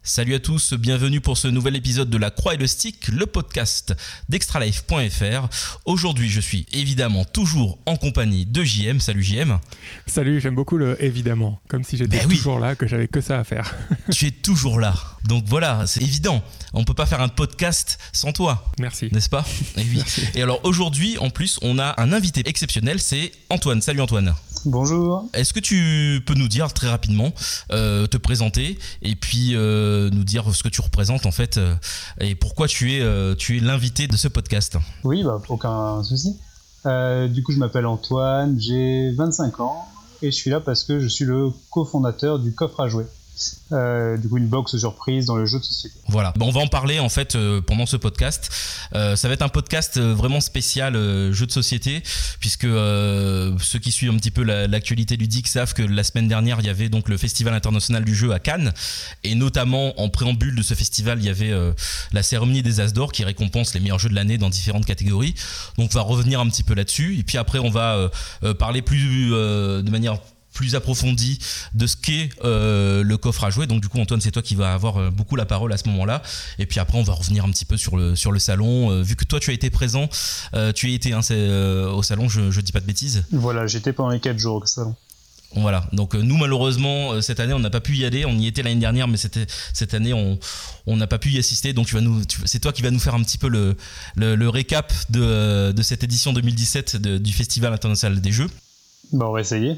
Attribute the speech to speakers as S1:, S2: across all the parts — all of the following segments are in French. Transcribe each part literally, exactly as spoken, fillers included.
S1: Salut à tous, bienvenue pour ce nouvel épisode de La Croix et le Stick, le podcast d'extralife point f r. Aujourd'hui, je suis évidemment toujours en compagnie de J M. Salut J M.
S2: Salut, j'aime beaucoup le « évidemment », comme si j'étais ben toujours oui. là, que j'avais que ça à faire.
S1: Tu es toujours là, donc voilà, c'est évident. On ne peut pas faire un podcast sans toi.
S2: Merci.
S1: N'est-ce pas ? Et oui.
S2: Merci.
S1: Et alors aujourd'hui, en plus, on a un invité exceptionnel, c'est Antoine. Salut Antoine.
S3: Bonjour.
S1: Est-ce que tu peux nous dire très rapidement, euh, te présenter et puis euh, nous dire ce que tu représentes en fait euh, et pourquoi tu es, euh, tu es l'invité de ce podcast ?
S3: Oui, bah, aucun souci. Euh, du coup, je m'appelle Antoine, j'ai vingt-cinq ans et je suis là parce que je suis le cofondateur du Coffre à Jouer. Euh, du coup, une box surprise dans le jeu de société.
S1: Voilà, bon, on va en parler en fait euh, pendant ce podcast. Euh, ça va être un podcast euh, vraiment spécial euh, jeu de société, puisque euh, ceux qui suivent un petit peu la, l'actualité ludique savent que la semaine dernière il y avait donc le Festival international du jeu à Cannes, et notamment en préambule de ce festival il y avait euh, la cérémonie des As d'Or qui récompense les meilleurs jeux de l'année dans différentes catégories. Donc on va revenir un petit peu là-dessus, et puis après on va euh, euh, parler plus euh, de manière plus approfondie de ce qu'est euh, le coffre à jouer. Donc du coup Antoine, c'est toi qui vas avoir euh, beaucoup la parole à ce moment-là, et puis après on va revenir un petit peu sur le, sur le salon, euh, vu que toi tu as été présent, euh, tu as été hein, c'est, euh, au salon, je, je dis pas de bêtises.
S3: Voilà, j'étais pendant les quatre jours au salon.
S1: Voilà, donc euh, nous malheureusement euh, cette année on n'a pas pu y aller, on y était l'année dernière mais c'était, cette année on on n'a pas pu y assister, donc tu vas nous, tu, c'est toi qui vas nous faire un petit peu le, le, le récap de, de cette édition deux mille dix-sept de, du Festival international des jeux.
S3: Bah on va essayer.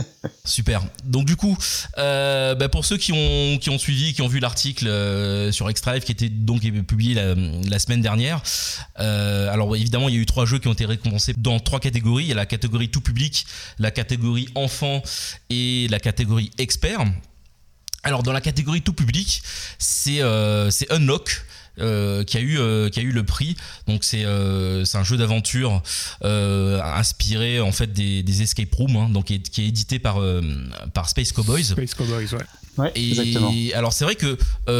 S1: Super. Donc du coup, euh, bah pour ceux qui ont qui ont suivi, qui ont vu l'article euh, sur extralife qui était donc publié la, la semaine dernière. Euh, alors évidemment, il y a eu trois jeux qui ont été récompensés dans trois catégories. Il y a la catégorie tout public, la catégorie enfant et la catégorie expert. Alors dans la catégorie tout public, c'est euh, c'est Unlock. Euh, qui a eu euh, qui a eu le prix. Donc c'est euh, c'est un jeu d'aventure euh, inspiré en fait des, des escape rooms, hein, donc qui est, qui est édité par euh, par Space Cowboys.
S2: Space Cowboys, ouais.
S3: Ouais,
S1: et
S3: exactement.
S1: Alors c'est vrai que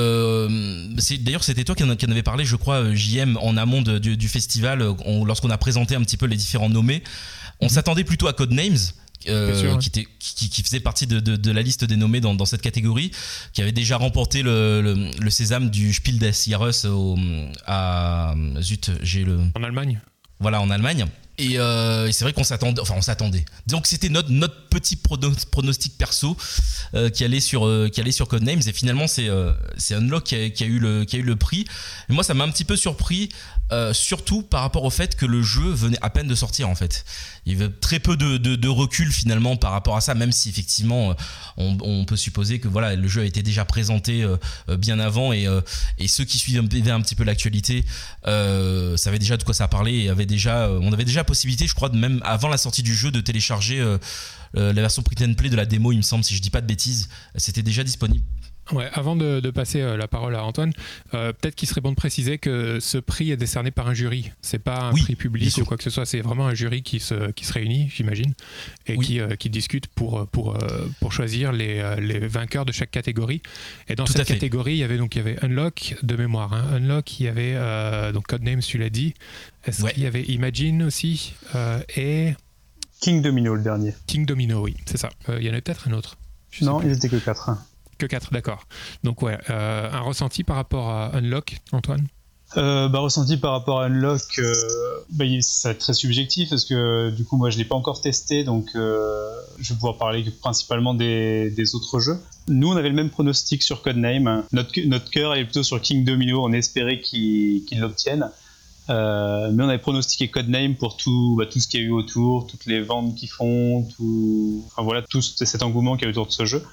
S1: euh, c'est, d'ailleurs c'était toi qui en, qui en avait parlé, je crois, J M, en amont de, du, du festival, on, lorsqu'on a présenté un petit peu les différents nommés. On mm-hmm. s'attendait plutôt à Codenames. Euh, sûr, ouais. qui, était, qui, qui faisait partie de, de, de la liste des nommés dans, dans cette catégorie, qui avait déjà remporté le, le, le sésame du Spiel des Jahres au, à zut, j'ai le
S2: en Allemagne.
S1: Voilà, en Allemagne. Et, euh, et c'est vrai qu'on s'attendait, enfin on s'attendait. Donc c'était notre notre petit pronostic perso euh, qui allait sur euh, qui allait sur Codenames, et finalement c'est euh, c'est Unlock qui a, qui a eu le qui a eu le prix. Et moi ça m'a un petit peu surpris, euh, surtout par rapport au fait que le jeu venait à peine de sortir en fait. Il y avait très peu de, de de recul finalement par rapport à ça, même si effectivement on, on peut supposer que voilà le jeu a été déjà présenté euh, bien avant, et euh, et ceux qui suivaient un petit peu l'actualité euh, savaient déjà de quoi ça parlait, et avaient déjà on avait déjà possibilité, je crois, de même avant la sortie du jeu, de télécharger euh, euh, la version print and play de la démo, il me semble, si je dis pas de bêtises, c'était déjà disponible.
S2: Ouais, avant de, de passer euh, la parole à Antoine, euh, peut-être qu'il serait bon de préciser que ce prix est décerné par un jury. C'est pas un oui, prix public ou quoi que ce soit. C'est vraiment un jury qui se qui se réunit, j'imagine, et oui. qui euh, qui discute pour pour euh, pour choisir les euh, les vainqueurs de chaque catégorie. Et dans Tout cette catégorie, il y avait donc il y avait Unlock de mémoire. Hein. Unlock, il y avait euh, donc Codenames, tu l'as dit. Est-ce ouais. qu'il y avait Imagine aussi euh, et
S3: King Domino le dernier.
S2: King Domino, oui, c'est ça. Euh, il y en a peut-être un autre.
S3: Je non, il n'était que quatre.
S2: Que quatre, d'accord. Donc ouais, euh, un ressenti par rapport à Unlock, Antoine ?
S3: euh, bah, Ressenti par rapport à Unlock, euh, bah, c'est très subjectif parce que du coup moi je ne l'ai pas encore testé, donc euh, je vais pouvoir parler principalement des, des autres jeux. Nous on avait le même pronostic sur Codenames, notre, notre cœur est plutôt sur King Domino, on espérait qu'il, qu'il l'obtienne. Euh, mais on avait pronostiqué Codenames pour tout, bah, tout ce qu'il y a eu autour, toutes les ventes qu'ils font, tout, enfin voilà, tout cet engouement qu'il y a autour de ce jeu.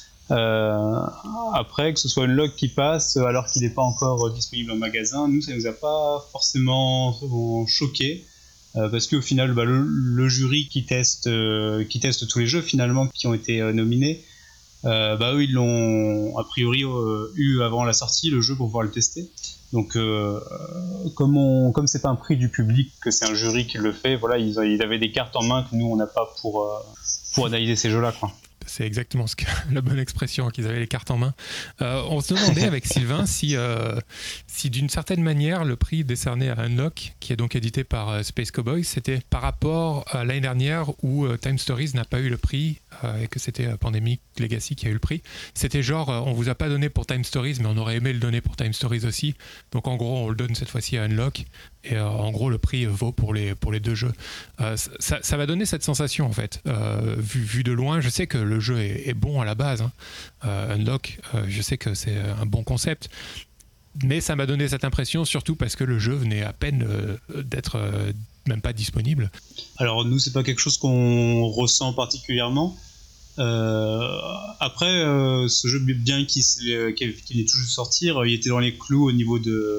S3: Euh, après, que ce soit Unlock qui passe alors qu'il n'est pas encore disponible en magasin, nous ça nous a pas forcément choqué, euh, parce qu'au final bah, le, le jury qui teste, euh, qui teste tous les jeux finalement qui ont été euh, nominés, euh, bah eux ils l'ont a priori euh, eu avant la sortie le jeu pour pouvoir le tester. Donc euh, comme on, comme c'est pas un prix du public, que c'est un jury qui le fait, voilà, ils, ils avaient des cartes en main que nous on n'a pas pour euh, pour analyser ces jeux-là, quoi.
S2: C'est exactement ce que, la bonne expression, qu'ils avaient les cartes en main. Euh, on se demandait avec Sylvain si, euh, si d'une certaine manière le prix décerné à Unlock, qui est donc édité par euh, Space Cowboy, c'était par rapport à l'année dernière où euh, Time Stories n'a pas eu le prix euh, et que c'était euh, Pandemic Legacy qui a eu le prix. C'était genre, euh, on vous a pas donné pour Time Stories, mais on aurait aimé le donner pour Time Stories aussi. Donc en gros, on le donne cette fois-ci à Unlock. Et euh, en gros, le prix vaut pour les, pour les deux jeux. Euh, ça, ça va donner cette sensation, en fait. Euh, vu, vu de loin, je sais que le jeu est, est bon à la base. Hein. Euh, Unlock, euh, je sais que c'est un bon concept. Mais ça m'a donné cette impression, surtout parce que le jeu venait à peine euh, d'être euh, même pas disponible.
S3: Alors nous, c'est pas quelque chose qu'on ressent particulièrement. Euh, après, euh, ce jeu, bien qu'il, qu'il venait tout juste de sortir, il était dans les clous au niveau de,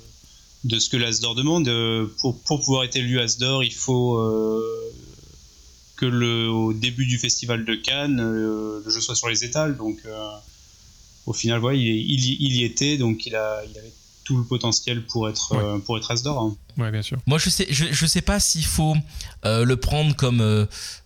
S3: de ce que l'Asdor demande. Pour, pour pouvoir être élu Asdor, il faut euh, que le, au début du festival de Cannes, le, le jeu soit sur les étals. Donc euh, au final, ouais, il, il, il y était, donc il, a, il avait tout le potentiel pour être, ouais. euh, pour être Asdor. Hein.
S2: Ouais, bien sûr.
S1: Moi, je sais, je, je sais pas s'il faut euh, le prendre comme euh,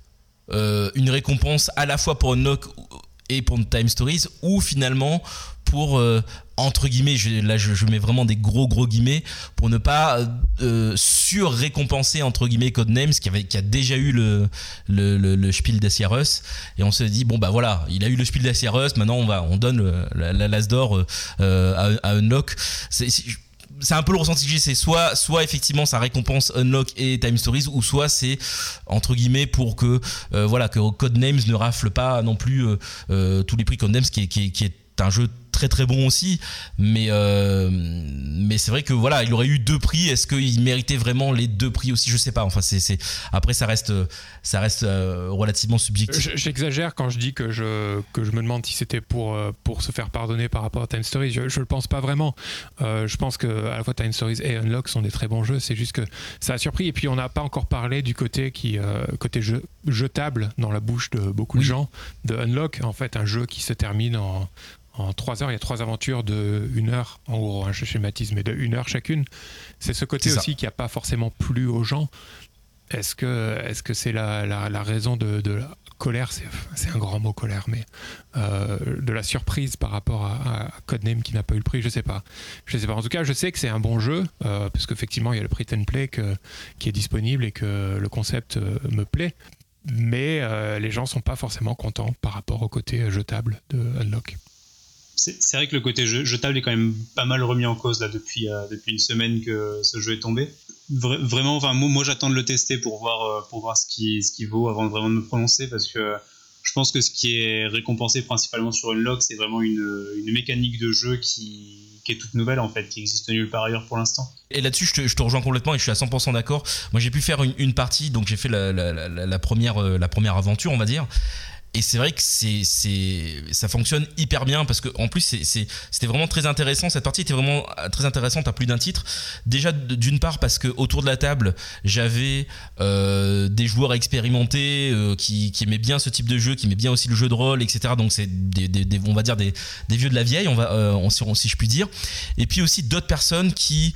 S1: euh, une récompense à la fois pour Unlock et pour Time Stories, ou finalement pour euh, entre guillemets, je, là je, je mets vraiment des gros gros guillemets, pour ne pas euh, sur-récompenser entre guillemets Codenames qui, avait, qui a déjà eu le, le, le, le Spiel des Jahres, et on se dit bon bah voilà, il a eu le Spiel des Jahres, maintenant on, va, on donne le, la, la l'Asdor euh, à, à Unlock. C'est, c'est, c'est un peu le ressenti que j'ai, c'est soit, soit effectivement ça récompense Unlock et Time Stories, ou soit c'est entre guillemets pour que, euh, voilà, que Codenames ne rafle pas non plus euh, euh, tous les prix. Codenames qui est, qui est, qui est un jeu très très bon aussi, mais euh, mais c'est vrai que voilà, il aurait eu deux prix. Est-ce qu'il méritait vraiment les deux prix aussi? Je sais pas. Enfin, c'est c'est après ça reste ça reste euh, relativement subjectif.
S2: J'exagère quand je dis que je que je me demande si c'était pour pour se faire pardonner par rapport à Time Stories. Je je le pense pas vraiment. Euh, je pense que à la fois Time Stories et Unlock sont des très bons jeux. C'est juste que ça a surpris. Et puis on n'a pas encore parlé du côté qui euh, côté jeu, jetable dans la bouche de beaucoup oui. de gens de Unlock. En fait, un jeu qui se termine en En trois heures, il y a trois aventures de une heure, en gros, hein, je schématise, mais de une heure chacune. C'est ce côté c'est aussi qui n'a pas forcément plu aux gens. Est-ce que, est-ce que c'est la, la, la raison de, de la colère, c'est, c'est un grand mot, colère, mais euh, de la surprise par rapport à, à Codename qui n'a pas eu le prix? Je ne sais pas. Je sais pas. En tout cas, je sais que c'est un bon jeu, euh, parce qu'effectivement, il y a le prix ten play que, qui est disponible et que le concept euh, me plaît. Mais euh, les gens ne sont pas forcément contents par rapport au côté jetable de Unlock.
S3: C'est, c'est vrai que le côté jeu, jetable est quand même pas mal remis en cause là depuis euh, depuis une semaine que ce jeu est tombé. Vra- vraiment, enfin moi, moi j'attends de le tester pour voir euh, pour voir ce qui ce qui vaut avant de vraiment de me prononcer, parce que je pense que ce qui est récompensé principalement sur Unlock, c'est vraiment une une mécanique de jeu qui qui est toute nouvelle en fait, qui existe nulle part ailleurs pour l'instant.
S1: Et là-dessus, je te, je te rejoins complètement et je suis à cent pour cent d'accord. Moi, j'ai pu faire une, une partie, donc j'ai fait la, la, la, la première la première aventure, on va dire. Et c'est vrai que c'est, c'est, ça fonctionne hyper bien, parce que en plus c'est, c'est, c'était vraiment très intéressant. Cette partie était vraiment très intéressante à plus d'un titre. Déjà d'une part parce que autour de la table j'avais euh, des joueurs expérimentés euh, qui, qui aimaient bien ce type de jeu, qui aimaient bien aussi le jeu de rôle, et cetera. Donc c'est des, des, des on va dire des, des vieux de la vieille, on va, euh, on, si je puis dire. Et puis aussi d'autres personnes qui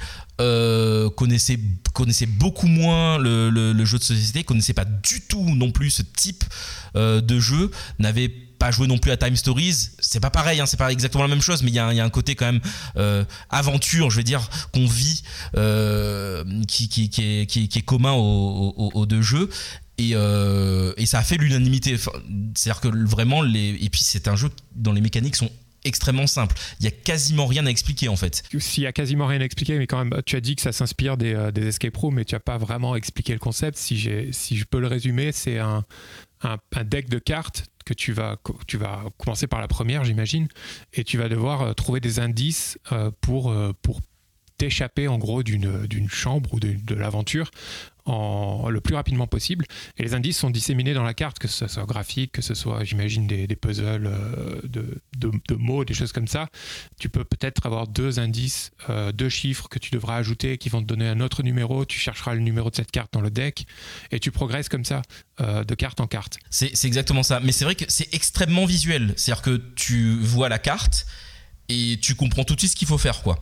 S1: Euh, connaissait, connaissait beaucoup moins le, le, le jeu de société, connaissait pas du tout non plus ce type euh, de jeu, n'avait pas joué non plus à Time Stories. C'est pas pareil, hein, c'est pas exactement la même chose, mais il y, y a un côté quand même euh, aventure, je vais dire, qu'on vit, euh, qui, qui, qui, est, qui, qui est commun aux, aux, aux deux jeux. Et, euh, et ça a fait l'unanimité. Enfin, c'est-à-dire que vraiment, les, et puis c'est un jeu dont les mécaniques sont extrêmement simple. Il y a quasiment rien à expliquer en fait.
S2: S'il y a quasiment rien à expliquer, mais quand même, tu as dit que ça s'inspire des, euh, des escape rooms, mais tu n'as pas vraiment expliqué le concept. Si, j'ai, si je peux le résumer, c'est un, un, un deck de cartes que tu vas, tu vas commencer par la première, j'imagine, et tu vas devoir euh, trouver des indices euh, pour, euh, pour t'échapper en gros d'une, d'une chambre ou de, de l'aventure en, le plus rapidement possible. Et les indices sont disséminés dans la carte, que ce soit graphique, que ce soit, j'imagine, des, des puzzles euh, de, de, de mots, des choses comme ça. Tu peux peut-être avoir deux indices, euh, deux chiffres que tu devras ajouter qui vont te donner un autre numéro. Tu chercheras le numéro de cette carte dans le deck et tu progresses comme ça, euh, de carte en carte.
S1: C'est, c'est exactement ça. Mais c'est vrai que c'est extrêmement visuel. C'est-à-dire que tu vois la carte et tu comprends tout de suite ce qu'il faut faire, quoi.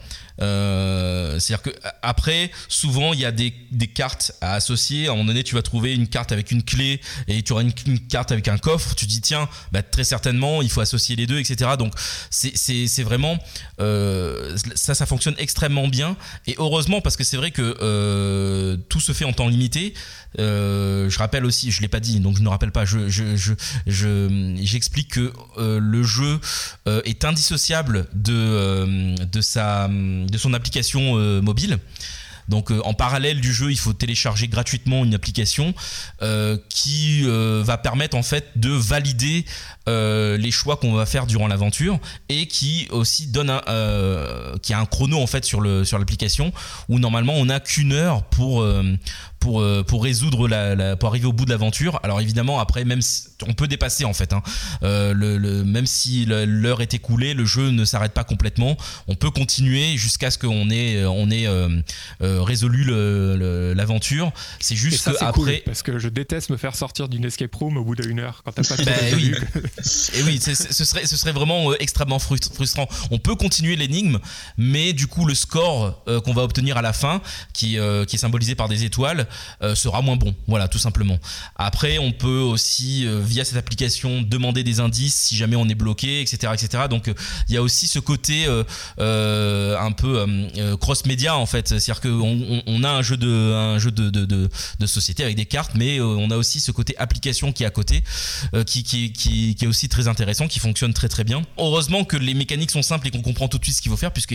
S1: Euh, c'est-à-dire que après, souvent il y a des, des cartes à associer. À un moment donné, tu vas trouver une carte avec une clé et tu auras une, une carte avec un coffre. Tu te dis tiens, bah, très certainement il faut associer les deux, et cetera. Donc c'est, c'est, c'est vraiment euh, ça, ça fonctionne extrêmement bien. Et heureusement, parce que c'est vrai que euh, tout se fait en temps limité. Euh, je rappelle aussi, je l'ai pas dit, donc je ne rappelle pas. Je, je, je, je j'explique que euh, le jeu euh, est indissociable de euh, de sa de son application euh, mobile. Donc euh, en parallèle du jeu, il faut télécharger gratuitement une application euh, qui euh, va permettre en fait de valider euh, les choix qu'on va faire durant l'aventure et qui aussi donne un, euh, qui a un chrono en fait sur le sur l'application où normalement on n'a qu'une heure pour euh, pour euh, pour résoudre la, la pour arriver au bout de l'aventure. Alors évidemment après même si, on peut dépasser en fait hein. euh, le, le même si l'heure est écoulée, le jeu ne s'arrête pas complètement. On peut continuer jusqu'à ce qu'on ait on ait euh, euh, résolu le, le, l'aventure. C'est juste
S2: ça,
S1: que
S2: c'est
S1: après
S2: cool, parce que je déteste me faire sortir d'une escape room au bout d'une heure quand t'as pas tout
S1: bah,
S2: résolu.
S1: Oui. Et oui, c'est, ce serait ce serait vraiment euh, extrêmement frustrant. On peut continuer l'énigme, mais du coup le score euh, qu'on va obtenir à la fin, qui euh, qui est symbolisé par des étoiles, euh, sera moins bon. Voilà, tout simplement. Après, on peut aussi euh, via cette application demander des indices si jamais on est bloqué, et cetera, et cetera. Donc il euh, y a aussi ce côté euh, euh, un peu euh, cross-média en fait, c'est-à-dire qu'on on, on a un jeu de un jeu de de, de, de société avec des cartes, mais euh, on a aussi ce côté application qui est à côté, euh, qui, qui qui qui est aussi très intéressant, qui fonctionne très très bien. Heureusement que les mécaniques sont simples et qu'on comprend tout de suite ce qu'il faut faire, puisque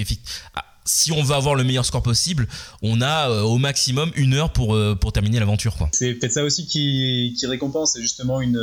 S1: si on veut avoir le meilleur score possible, on a euh, au maximum une heure pour euh, pour terminer l'aventure, quoi.
S3: C'est peut-être ça aussi qui qui récompense, c'est justement une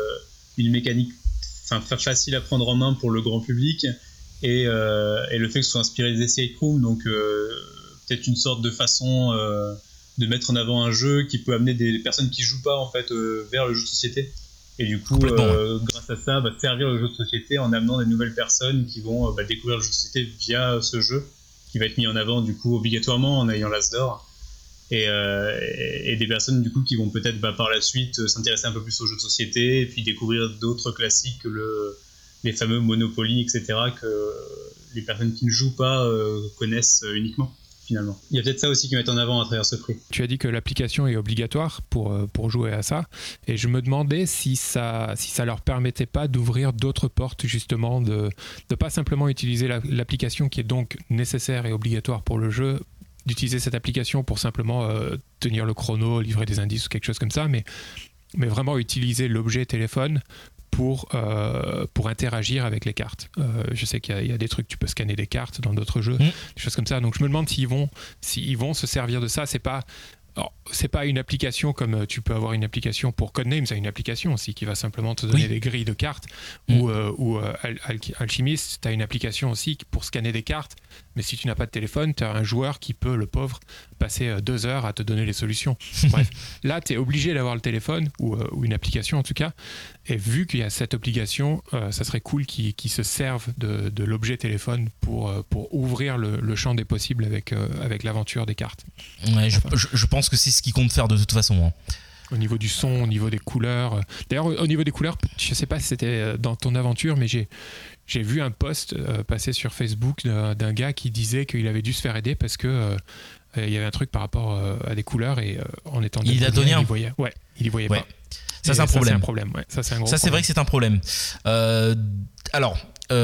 S3: une mécanique enfin facile à prendre en main pour le grand public et euh, et le fait que ce soit inspiré des escape rooms, donc euh, peut-être une sorte de façon euh, de mettre en avant un jeu qui peut amener des personnes qui jouent pas en fait euh, vers le jeu de société. Et du coup, euh, grâce à ça, va servir le jeu de société en amenant des nouvelles personnes qui vont euh, bah, découvrir le jeu de société via ce jeu, qui va être mis en avant du coup obligatoirement en ayant l'As d'or. Et, euh, et, et des personnes du coup qui vont peut-être bah, par la suite euh, s'intéresser un peu plus aux jeux de société et puis découvrir d'autres classiques que le, les fameux Monopoly, et cetera, que les personnes qui ne jouent pas euh, connaissent uniquement. Finalement. Il y a peut-être ça aussi qui met en avant à travers ce prix.
S2: Tu as dit que l'application est obligatoire pour, pour jouer à ça, et je me demandais si ça si ça leur permettait pas d'ouvrir d'autres portes, justement, de ne pas simplement utiliser la, l'application qui est donc nécessaire et obligatoire pour le jeu, d'utiliser cette application pour simplement euh, tenir le chrono, livrer des indices ou quelque chose comme ça, mais, mais vraiment utiliser l'objet téléphone pour, euh, pour interagir avec les cartes. Euh, je sais qu'il y a, il y a des trucs, tu peux scanner des cartes dans d'autres jeux, mmh. des choses comme ça. Donc je me demande s'ils vont, s'ils vont se servir de ça. C'est pas, alors, c'est pas une application comme tu peux avoir une application pour Codenames, c'est une application aussi qui va simplement te donner oui. des grilles de cartes. Mmh. Ou, euh, ou euh, Al- Al- Alchemist, tu as une application aussi pour scanner des cartes. Mais si tu n'as pas de téléphone, tu as un joueur qui peut, le pauvre, passer deux heures à te donner les solutions. Bref, là, tu es obligé d'avoir le téléphone, ou, euh, ou une application en tout cas. Et vu qu'il y a cette obligation, euh, ça serait cool qu'ils, qu'ils se servent de, de l'objet téléphone pour, euh, pour ouvrir le, le champ des possibles avec, euh, avec l'aventure des cartes.
S1: Ouais, je, je, je pense que c'est ce qu'ils comptent faire de toute façon. Hein.
S2: Au niveau du son, au niveau des couleurs. D'ailleurs, au niveau des couleurs, je ne sais pas si c'était dans ton aventure, mais j'ai... J'ai vu un post euh, passer sur Facebook d'un, d'un gars qui disait qu'il avait dû se faire aider parce que euh, il y avait un truc par rapport euh, à des couleurs et euh, en étant
S1: il daltonien,
S2: il voyait, ouais, il y voyait
S1: ouais.
S2: pas.
S1: Ça c'est un problème.
S2: Ça c'est un problème. Ouais. Ça c'est un gros.
S1: Ça c'est
S2: problème.
S1: vrai que c'est un problème. Euh, alors.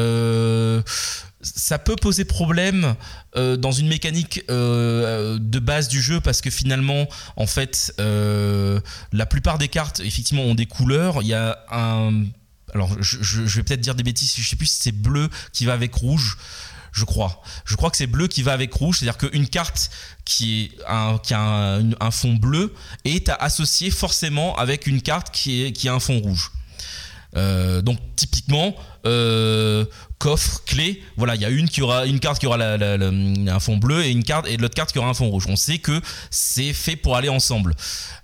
S1: Euh, ça peut poser problème euh, dans une mécanique euh, de base du jeu parce que finalement, en fait, euh, la plupart des cartes effectivement ont des couleurs. Il y a un Alors, je, je, je vais peut-être dire des bêtises, je ne sais plus si c'est bleu qui va avec rouge, je crois. Je crois que c'est bleu qui va avec rouge, c'est-à-dire qu'une carte qui, est un, qui a un, un fond bleu est à associer forcément avec une carte qui, est, qui a un fond rouge. Euh, donc, typiquement, euh, coffre, clé, voilà, il y a une, qui aura, une carte qui aura la, la, la, un fond bleu et une carte et l'autre carte qui aura un fond rouge. On sait que c'est fait pour aller ensemble.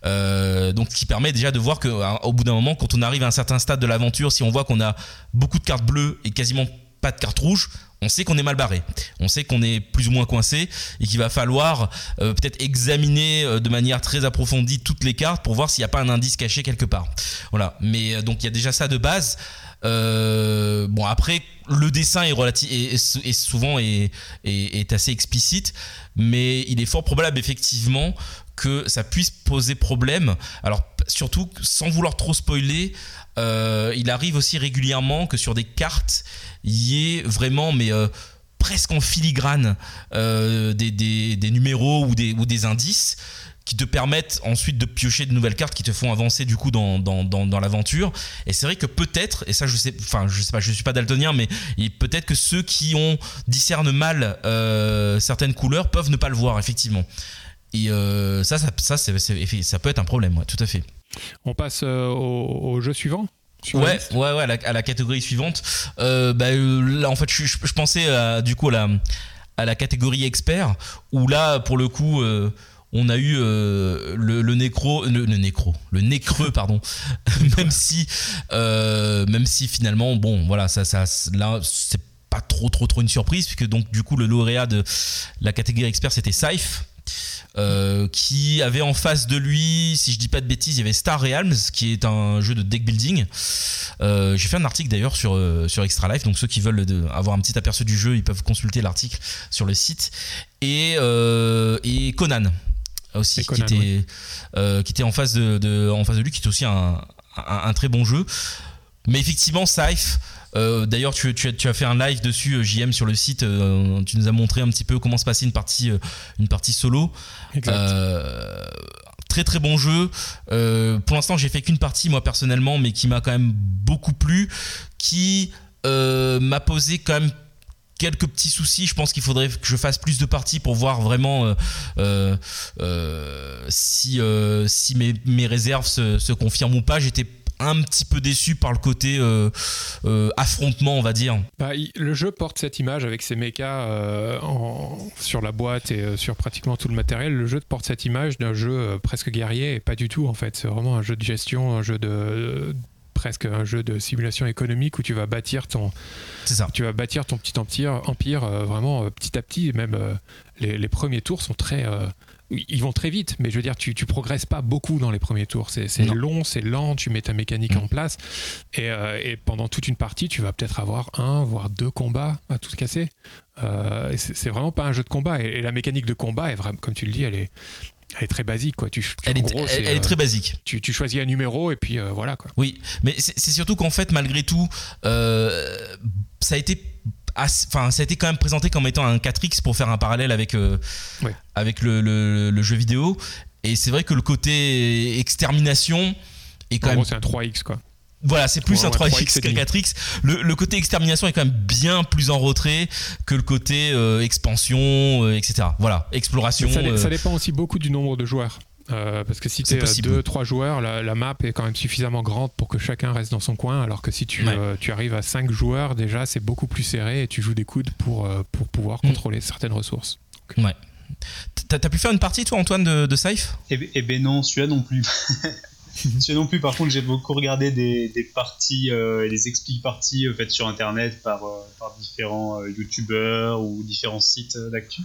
S1: Euh, donc, ce qui permet déjà de voir qu'au bout d'un moment, quand on arrive à un certain stade de l'aventure, si on voit qu'on a beaucoup de cartes bleues et quasiment pas de cartes rouges, on sait qu'on est mal barré. On sait qu'on est plus ou moins coincé et qu'il va falloir euh, peut-être examiner euh, de manière très approfondie toutes les cartes pour voir s'il n'y a pas un indice caché quelque part. Voilà. Mais euh, donc il y a déjà ça de base. Euh, bon après le dessin est relatif et, et souvent est, est, est assez explicite, mais il est fort probable effectivement que ça puisse poser problème. Alors surtout sans vouloir trop spoiler, euh, il arrive aussi régulièrement que sur des cartes il y ait vraiment mais euh, presque en filigrane euh, des, des, des numéros ou des, ou des indices qui te permettent ensuite de piocher de nouvelles cartes qui te font avancer du coup dans, dans, dans, dans l'aventure. Et c'est vrai que peut-être, et ça je sais, enfin je sais pas, je suis pas daltonien, mais peut-être que ceux qui ont discernent mal euh, certaines couleurs peuvent ne pas le voir effectivement. Et euh, ça, ça, ça, c'est, c'est, ça peut être un problème, ouais, tout à fait.
S2: On passe euh, au, au jeu suivant.
S1: Ouais, ouais, ouais, à la, à la catégorie suivante. Euh, bah, là, en fait, je, je, je pensais à, du coup à la, à la catégorie expert, où là, pour le coup. Euh, On a eu euh, le, le nécro, le, le nécro, le nez creux, pardon. même si, euh, même si finalement, bon, voilà, ça, ça, là, c'est pas trop, trop, trop une surprise, puisque donc du coup le lauréat de la catégorie expert c'était Scythe. Euh, qui avait en face de lui, si je dis pas de bêtises, il y avait Star Realms, qui est un jeu de deck building. Euh, j'ai fait un article d'ailleurs sur, euh, sur Extra Life, donc ceux qui veulent de, avoir un petit aperçu du jeu, ils peuvent consulter l'article sur le site. Et, euh, et Conan aussi, et Conan, qui, était, oui. euh, qui était en face de, de, en face de lui, qui est aussi un, un, un très bon jeu. Mais effectivement, Scythe. Euh, d'ailleurs, tu, tu, as, tu as fait un live dessus, J M, sur le site. Euh, tu nous as montré un petit peu comment se passait une partie, euh, une partie solo.
S2: Exact.
S1: Euh, très très bon jeu. Euh, pour l'instant, j'ai fait qu'une partie, moi personnellement, mais qui m'a quand même beaucoup plu, qui euh, m'a posé quand même quelques petits soucis. Je pense qu'il faudrait que je fasse plus de parties pour voir vraiment euh, euh, euh, si, euh, si mes, mes réserves se, se confirment ou pas. J'étais un petit peu déçu par le côté euh, euh, affrontement, on va dire.
S2: Bah, il, le jeu porte cette image avec ses mechas euh, en, sur la boîte et euh, sur pratiquement tout le matériel. Le jeu porte cette image d'un jeu euh, presque guerrier, et pas du tout en fait. C'est vraiment un jeu de gestion, un jeu de... Euh, presque un jeu de simulation économique où tu vas bâtir ton,
S1: c'est ça.
S2: Tu vas bâtir ton petit empire, empire euh, vraiment euh, petit à petit. Même euh, les, les premiers tours sont très... Euh, ils vont très vite, mais je veux dire, tu, tu progresses pas beaucoup dans les premiers tours. C'est, c'est long, c'est lent, tu mets ta mécanique mmh. en place. Et, euh, et pendant toute une partie, tu vas peut-être avoir un, voire deux combats à tout casser. Euh, et c'est, c'est vraiment pas un jeu de combat. Et, et la mécanique de combat, est vraiment, comme tu le dis, elle est, elle est très basique. Quoi. Tu, tu,
S1: elle, est, gros, elle, elle est très basique.
S2: Tu, tu choisis un numéro et puis euh, voilà. Quoi.
S1: Oui, mais c'est, c'est surtout qu'en fait, malgré tout, euh, ça a été... Enfin, ça a été quand même présenté comme étant un quatre X pour faire un parallèle avec, euh, ouais. avec le, le, le jeu vidéo. Et c'est vrai que le côté extermination est quand
S2: en
S1: même.
S2: Gros, c'est un trois X quoi.
S1: Voilà, c'est plus ouais, un trois X, trois X qu'un quatre X. Le, le côté extermination est quand même bien plus en retrait que le côté euh, expansion, euh, et cetera. Voilà, exploration.
S2: Ça,
S1: euh...
S2: ça dépend aussi beaucoup du nombre de joueurs. Euh, parce que si tu es deux trois joueurs, la, la map est quand même suffisamment grande pour que chacun reste dans son coin, alors que si tu, ouais. euh, tu arrives à cinq joueurs, déjà c'est beaucoup plus serré et tu joues des coudes pour, euh, pour pouvoir mmh. contrôler certaines ressources.
S1: Donc. Ouais. T'as, t'as pu faire une partie toi Antoine de, de Scythe ?
S3: Eh ben, eh ben non, celui-là non plus. celui-là non plus, par contre j'ai beaucoup regardé des, des parties euh, et des expliques parties euh, faites sur internet par, euh, par différents euh, youtubeurs ou différents sites d'actu.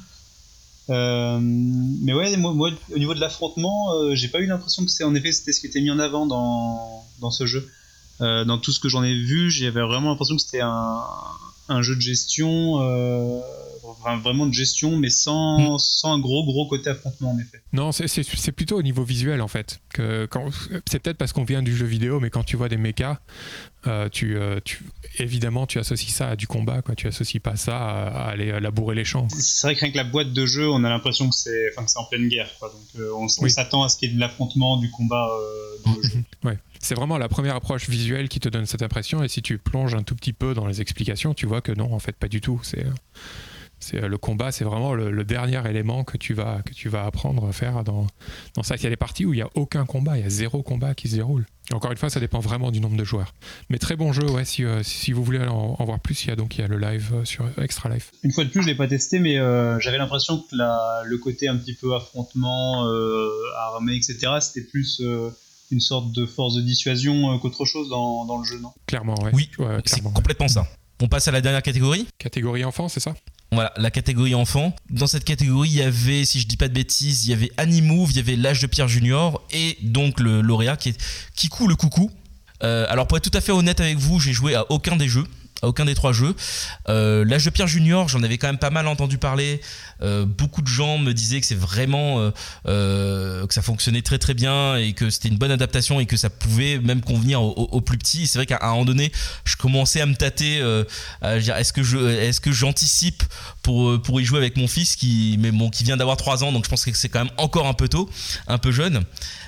S3: Euh, mais ouais, moi, moi au niveau de l'affrontement, euh, j'ai pas eu l'impression que c'est en effet c'était ce qui était mis en avant dans, dans ce jeu. Euh, dans tout ce que j'en ai vu, j'avais vraiment l'impression que c'était un, un jeu de gestion, euh, enfin, vraiment de gestion, mais sans, mmh. sans un gros gros côté affrontement en effet.
S2: Non, c'est, c'est, c'est plutôt au niveau visuel en fait. Que quand, c'est peut-être parce qu'on vient du jeu vidéo, mais quand tu vois des mechas, euh, tu, euh, tu, évidemment tu associes ça à du combat, quoi. Tu associes pas ça à, à aller labourer les champs.
S3: C'est vrai que rien que la boîte de jeu, on a l'impression que c'est, enfin, que c'est en pleine guerre, quoi. Donc euh, on, on oui. s'attend à ce qu'il y ait de l'affrontement, du combat euh, dans le jeu.
S2: Ouais. C'est vraiment la première approche visuelle qui te donne cette impression, et si tu plonges un tout petit peu dans les explications, tu vois que non, en fait pas du tout. C'est... C'est, le combat, c'est vraiment le, le dernier élément que tu vas, que tu vas apprendre à faire dans, dans ça. Il y a des parties où il n'y a aucun combat, il y a zéro combat qui se déroule. Et encore une fois, ça dépend vraiment du nombre de joueurs. Mais très bon jeu, ouais, si, euh, si vous voulez en, en voir plus, il y a donc il y a le live euh, sur Extra Life.
S3: Une fois de plus, je ne l'ai pas testé, mais euh, j'avais l'impression que la, le côté un petit peu affrontement, euh, armé, et cetera, c'était plus euh, une sorte de force de dissuasion euh, qu'autre chose dans, dans le jeu, non ?
S2: Clairement, ouais.
S1: Oui,
S2: ouais,
S1: c'est
S2: clairement,
S1: complètement
S2: ouais.
S1: ça. On passe à la dernière catégorie ?
S2: Catégorie enfant, c'est ça ?
S1: Voilà, la catégorie enfant. Dans cette catégorie, il y avait, si je dis pas de bêtises, il y avait Animove, il y avait L'Âge de Pierre Junior et donc le lauréat qui est Kikou le Coucou. Euh, alors pour être tout à fait honnête avec vous, j'ai joué à aucun des jeux. À aucun des trois jeux. Euh, L'âge de pierre junior, j'en avais quand même pas mal entendu parler. Euh, beaucoup de gens me disaient que c'est vraiment euh, euh, que ça fonctionnait très très bien et que c'était une bonne adaptation et que ça pouvait même convenir aux, aux plus petits. C'est vrai qu'à un moment donné, je commençais à me tâter. Euh, à dire, est-ce que je, est-ce que j'anticipe pour pour y jouer avec mon fils qui, mais bon, qui vient d'avoir trois ans, donc je pense que c'est quand même encore un peu tôt, un peu jeune.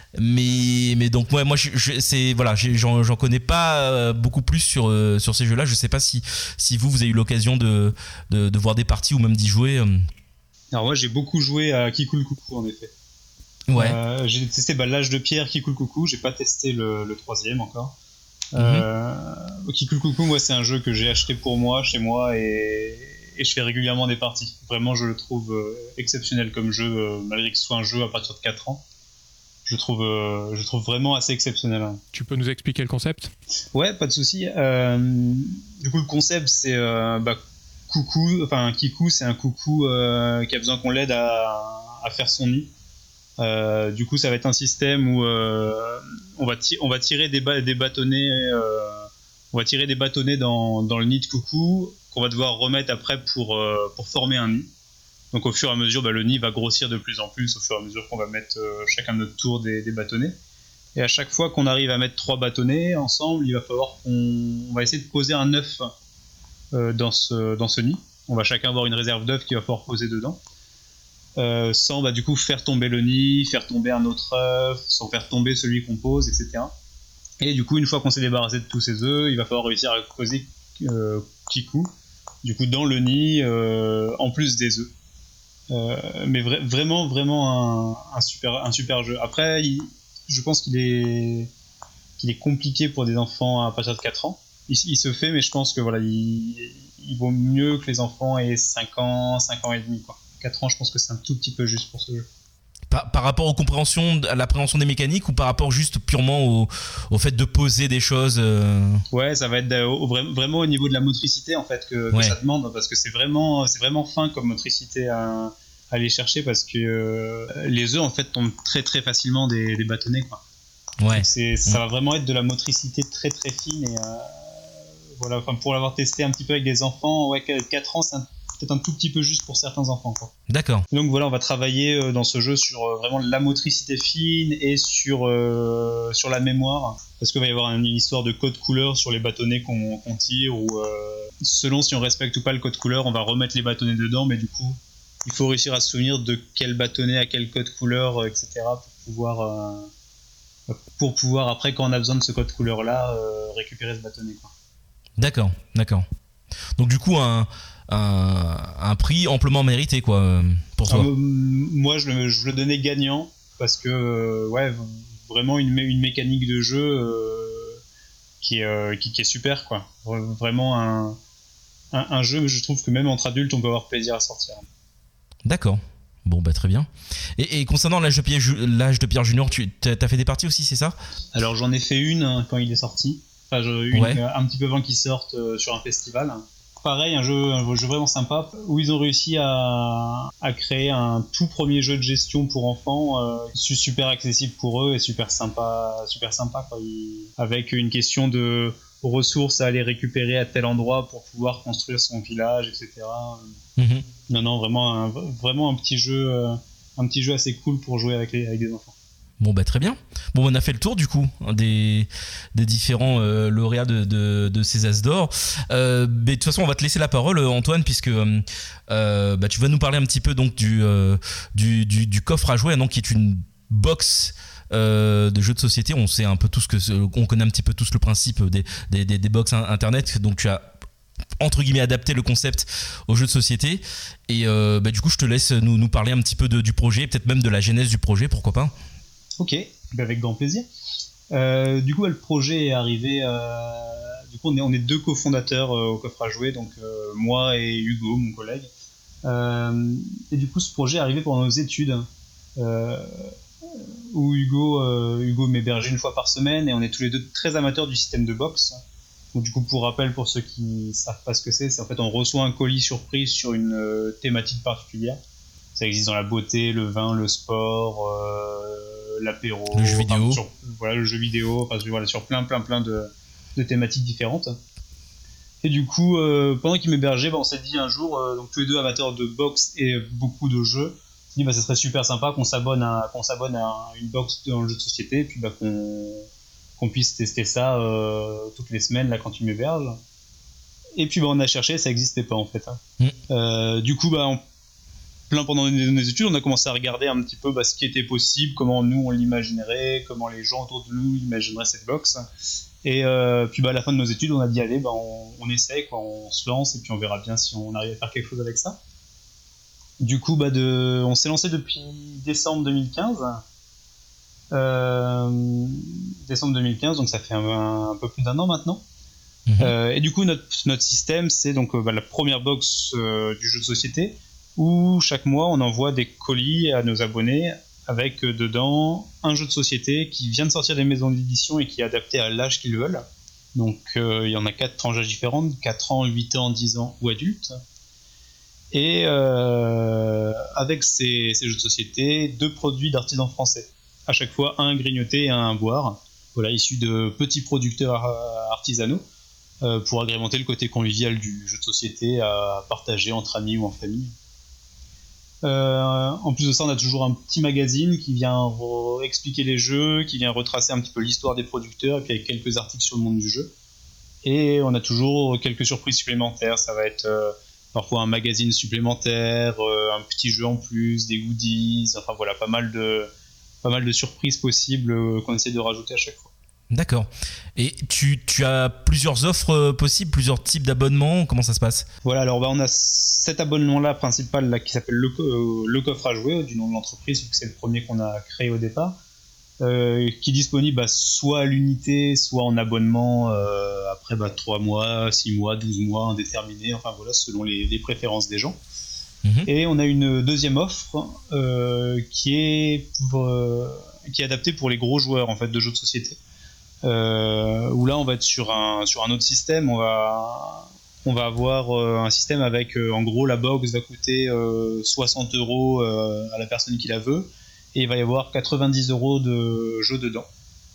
S1: Mais, mais donc ouais, moi je, je, c'est, voilà, j'en, j'en connais pas beaucoup plus sur, euh, sur ces jeux-là. Je sais pas si, si vous, vous avez eu l'occasion de, de, de voir des parties ou même d'y jouer.
S3: Alors moi j'ai beaucoup joué à Qui coule coucou en effet.
S1: Ouais.
S3: Euh, j'ai testé bah, l'âge de pierre, Qui coule coucou. J'ai pas testé le, le troisième encore. Mm-hmm. Euh, Qui coule coucou, moi c'est un jeu que j'ai acheté pour moi, chez moi et, et je fais régulièrement des parties. Vraiment je le trouve euh, exceptionnel comme jeu, euh, malgré que ce soit un jeu à partir de quatre ans. Je trouve, euh, je trouve vraiment assez exceptionnel. Hein.
S2: Tu peux nous expliquer le concept ?
S3: Ouais, pas de souci. Euh, du coup, le concept, c'est euh, bah, coucou, enfin Kikou, c'est un coucou euh, qui a besoin qu'on l'aide à, à faire son nid. Euh, du coup, ça va être un système où euh, on, va ti- on va tirer des, ba- des bâtonnets, euh, on va tirer des bâtonnets dans, dans le nid de coucou qu'on va devoir remettre après pour, euh, pour former un nid. Donc au fur et à mesure, bah, le nid va grossir de plus en plus au fur et à mesure qu'on va mettre euh, chacun de notre tour des, des bâtonnets. Et à chaque fois qu'on arrive à mettre trois bâtonnets ensemble, il va falloir qu'on on va essayer de poser un œuf euh, dans, ce, dans ce nid. On va chacun avoir une réserve d'œufs qu'il va falloir poser dedans. Euh, sans bah, du coup faire tomber le nid, faire tomber un autre œuf, sans faire tomber celui qu'on pose, et cetera. Et du coup, une fois qu'on s'est débarrassé de tous ces œufs, il va falloir réussir à poser euh, Kikou, du coup dans le nid, euh, en plus des œufs. Euh, mais vra- vraiment vraiment un, un super un super jeu. Après il, je pense qu'il est qu'il est compliqué pour des enfants à partir de quatre ans. Il, il se fait, mais je pense que voilà, il, il vaut mieux que les enfants aient cinq ans, cinq ans et demi quoi. quatre ans, je pense que c'est un tout petit peu juste pour ce jeu.
S1: Par, par rapport aux compréhensions, à l'appréhension des mécaniques, ou par rapport juste purement au, au fait de poser des choses euh...
S3: Ouais, ça va être au, au, vraiment au niveau de la motricité en fait que, que ouais. ça demande, parce que c'est vraiment, c'est vraiment fin comme motricité à, à aller chercher, parce que euh, les œufs en fait tombent très très facilement des, des bâtonnets quoi. Ouais. Donc c'est, ça ouais. va vraiment être de la motricité très très fine et euh, voilà, enfin pour l'avoir testé un petit peu avec des enfants, ouais, quatre ans c'est un peut-être un tout petit peu juste pour certains enfants quoi.
S1: D'accord.
S3: Donc voilà, on va travailler euh, dans ce jeu sur euh, vraiment la motricité fine et sur, euh, sur la mémoire, parce qu'il va y avoir une histoire de code couleur sur les bâtonnets qu'on, qu'on tire, ou euh, selon si on respecte ou pas le code couleur, on va remettre les bâtonnets dedans, mais du coup il faut réussir à se souvenir de quel bâtonnet à quel code couleur, euh, et cetera pour pouvoir, euh, pour pouvoir après, quand on a besoin de ce code couleur là, euh, récupérer ce bâtonnet quoi.
S1: D'accord, d'accord. Donc du coup un Un, un prix amplement mérité quoi pour toi.
S3: Ah, moi je le, je le donnais gagnant parce que euh, ouais, vraiment une, une mécanique de jeu euh, qui, est, euh, qui, qui est super quoi. Vraiment un, un, un jeu, je trouve que même entre adultes on peut avoir plaisir à sortir.
S1: D'accord. Bon bah très bien. Et, et concernant l'âge de Pierre, l'âge de Pierre Junior, tu as fait des parties aussi, c'est ça ?
S3: Alors j'en ai fait une hein, quand il est sorti. Enfin, je, une, ouais. un petit peu avant qu'il sorte euh, sur un festival. Pareil, un jeu, un jeu vraiment sympa où ils ont réussi à, à créer un tout premier jeu de gestion pour enfants, euh, super accessible pour eux et super sympa, super sympa quoi. Il, avec une question de ressources à aller récupérer à tel endroit pour pouvoir construire son village, et cetera. Mm-hmm. Non, non, vraiment un, vraiment un petit jeu, un petit jeu assez cool pour jouer avec, les, avec des enfants.
S1: Bon bah très bien. Bon on a fait le tour du coup des, des différents euh, lauréats de, de, de ces As d'or. Euh, mais de toute façon on va te laisser la parole Antoine, puisque euh, bah, tu vas nous parler un petit peu donc du, euh, du, du, du coffre à jouer, donc qui est une box euh, de jeux de société. On sait un peu tous que on connaît un petit peu tous le principe des, des, des, des box internet, donc tu as entre guillemets adapté le concept aux jeux de société et euh, bah, du coup je te laisse nous, nous parler un petit peu de, du projet, peut-être même de la genèse du projet, pourquoi pas.
S3: Ok, avec grand plaisir. Euh, du coup, le projet est arrivé. Euh, du coup, on est, on est deux cofondateurs euh, au coffre à jouer, donc euh, moi et Hugo, mon collègue. Euh, et du coup, ce projet est arrivé pendant nos études, euh, où Hugo, euh, Hugo m'hébergeait une fois par semaine, et on est tous les deux très amateurs du système de box. Donc, du coup, pour rappel, pour ceux qui ne savent pas ce que c'est, c'est en fait on reçoit un colis surprise sur une euh, thématique particulière. Ça existe dans la beauté, le vin, le sport. Euh, l'apéro,
S1: le jeu vidéo,
S3: enfin, sur, voilà, le jeu vidéo, enfin, voilà, sur plein, plein, plein de, de thématiques différentes. Et du coup, euh, pendant qu'il m'hébergeait, bah, on s'est dit un jour, euh, donc tous les deux amateurs de boxe et beaucoup de jeux, on s'est dit bah, ça serait super sympa qu'on s'abonne à, qu'on s'abonne à une box dans le jeu de société, et puis bah, qu'on, qu'on puisse tester ça euh, toutes les semaines là, quand il m'héberge. Et puis bah, on a cherché, ça n'existait pas en fait. Hein. Mmh. Euh, du coup, bah, en plein pendant nos études, on a commencé à regarder un petit peu bah, ce qui était possible, comment nous on l'imaginerait, comment les gens autour de nous imagineraient cette box. Et euh, puis bah, à la fin de nos études, on a dit allez, bah, on, on essaye, quoi, on se lance et puis on verra bien si on arrive à faire quelque chose avec ça. Du coup, bah, de, on s'est lancé depuis décembre deux mille quinze. Euh, décembre deux mille quinze, donc ça fait un, un peu plus d'un an maintenant. Mmh. Euh, et du coup, notre, notre système, c'est donc bah, la première box euh, du jeu de société où chaque mois on envoie des colis à nos abonnés avec euh, dedans un jeu de société qui vient de sortir des maisons d'édition et qui est adapté à l'âge qu'ils veulent. Donc euh, il y en a quatre tranches d'âge différentes, quatre ans, huit ans, dix ans ou adultes. Et euh, avec ces, ces jeux de société, deux produits d'artisans français. À chaque fois un grignoté et un à boire, voilà, issus de petits producteurs artisanaux euh, pour agrémenter le côté convivial du jeu de société à partager entre amis ou en famille. Euh, en plus de ça, on a toujours un petit magazine qui vient re- expliquer les jeux, qui vient retracer un petit peu l'histoire des producteurs, et puis avec quelques articles sur le monde du jeu. Et on a toujours quelques surprises supplémentaires. Ça va être euh, parfois un magazine supplémentaire, euh, un petit jeu en plus, des goodies. Enfin voilà, pas mal de, pas mal de surprises possibles euh, qu'on essaie de rajouter à chaque fois.
S1: D'accord. Et tu, tu as plusieurs offres possibles, plusieurs types d'abonnements. Comment ça se passe ?
S3: Voilà, alors bah, on a cet abonnement-là principal là, qui s'appelle le, euh, le coffre à jouer, du nom de l'entreprise, vu que c'est le premier qu'on a créé au départ, euh, qui est disponible bah, soit à l'unité, soit en abonnement euh, après bah, trois mois, six mois, douze mois, indéterminé, enfin voilà, selon les, les préférences des gens. Mmh. Et on a une deuxième offre euh, qui, est pour, euh, qui est adaptée pour les gros joueurs en fait, de jeux de société. Euh, où là on va être sur un, sur un autre système, on va, on va avoir euh, un système avec euh, en gros la box va coûter euh, soixante euros euh, à la personne qui la veut et il va y avoir quatre-vingt-dix euros de jeu dedans.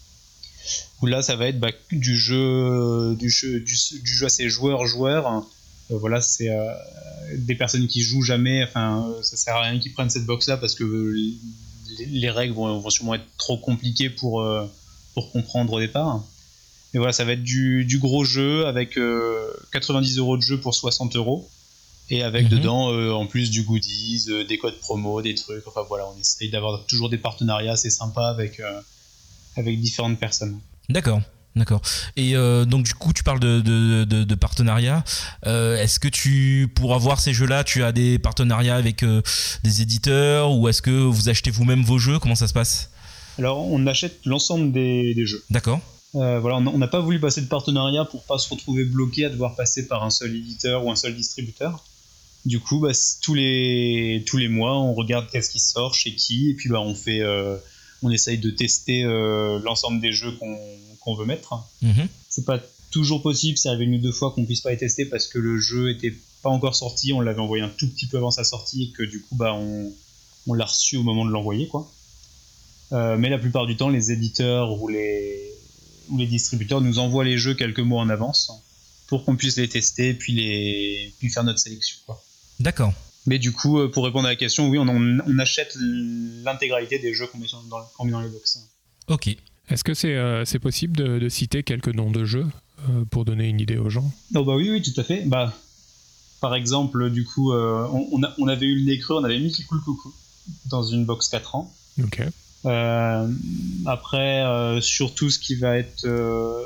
S3: Où là ça va être bah, du jeu du jeu, du, du jeu assez joueur-joueur. Euh, voilà, c'est euh, des personnes qui jouent jamais, enfin ça sert à rien qu'ils prennent cette box là parce que les, les règles vont, vont sûrement être trop compliquées pour euh, pour comprendre au départ. Mais voilà, ça va être du, du gros jeu avec euh, quatre-vingt-dix euros de jeu pour soixante euros et avec mmh. dedans euh, en plus du goodies, euh, des codes promo, des trucs. Enfin voilà, on essaye d'avoir toujours des partenariats assez sympas avec, euh, avec différentes personnes.
S1: D'accord. D'accord. Et euh, donc du coup, tu parles de, de, de, de partenariat. Euh, est-ce que tu, pour avoir ces jeux-là, tu as des partenariats avec euh, des éditeurs ou est-ce que vous achetez vous-même vos jeux ? Comment ça se passe ?
S3: Alors, on achète l'ensemble des, des jeux.
S1: D'accord.
S3: Euh, voilà, on n'a pas voulu passer de partenariat pour pas se retrouver bloqué à devoir passer par un seul éditeur ou un seul distributeur. Du coup, bah, tous les tous les mois, on regarde qu'est-ce qui sort chez qui, et puis bah, on fait, euh, on essaye de tester euh, l'ensemble des jeux qu'on qu'on veut mettre. Mm-hmm. C'est pas toujours possible, c'est arrivé une ou deux fois qu'on puisse pas les tester parce que le jeu était pas encore sorti, on l'avait envoyé un tout petit peu avant sa sortie et que du coup, bah, on on l'a reçu au moment de l'envoyer, quoi. Euh, mais la plupart du temps, les éditeurs ou les, ou les distributeurs nous envoient les jeux quelques mois en avance pour qu'on puisse les tester puis, les, puis faire notre sélection, quoi.
S1: D'accord.
S3: Mais du coup, pour répondre à la question, oui, on, on achète l'intégralité des jeux qu'on met dans, qu'on met dans les box.
S1: Ok.
S2: Est-ce que c'est, euh, c'est possible de, de citer quelques noms de jeux euh, pour donner une idée aux gens ?
S3: Oh bah oui, oui, tout à fait. Bah, par exemple, du coup, euh, on, on, a, on avait eu le nez creux, on avait mis Kikoul Coucou dans une box quatre ans.
S2: Ok.
S3: Euh, après, euh, sur tout ce qui va être euh,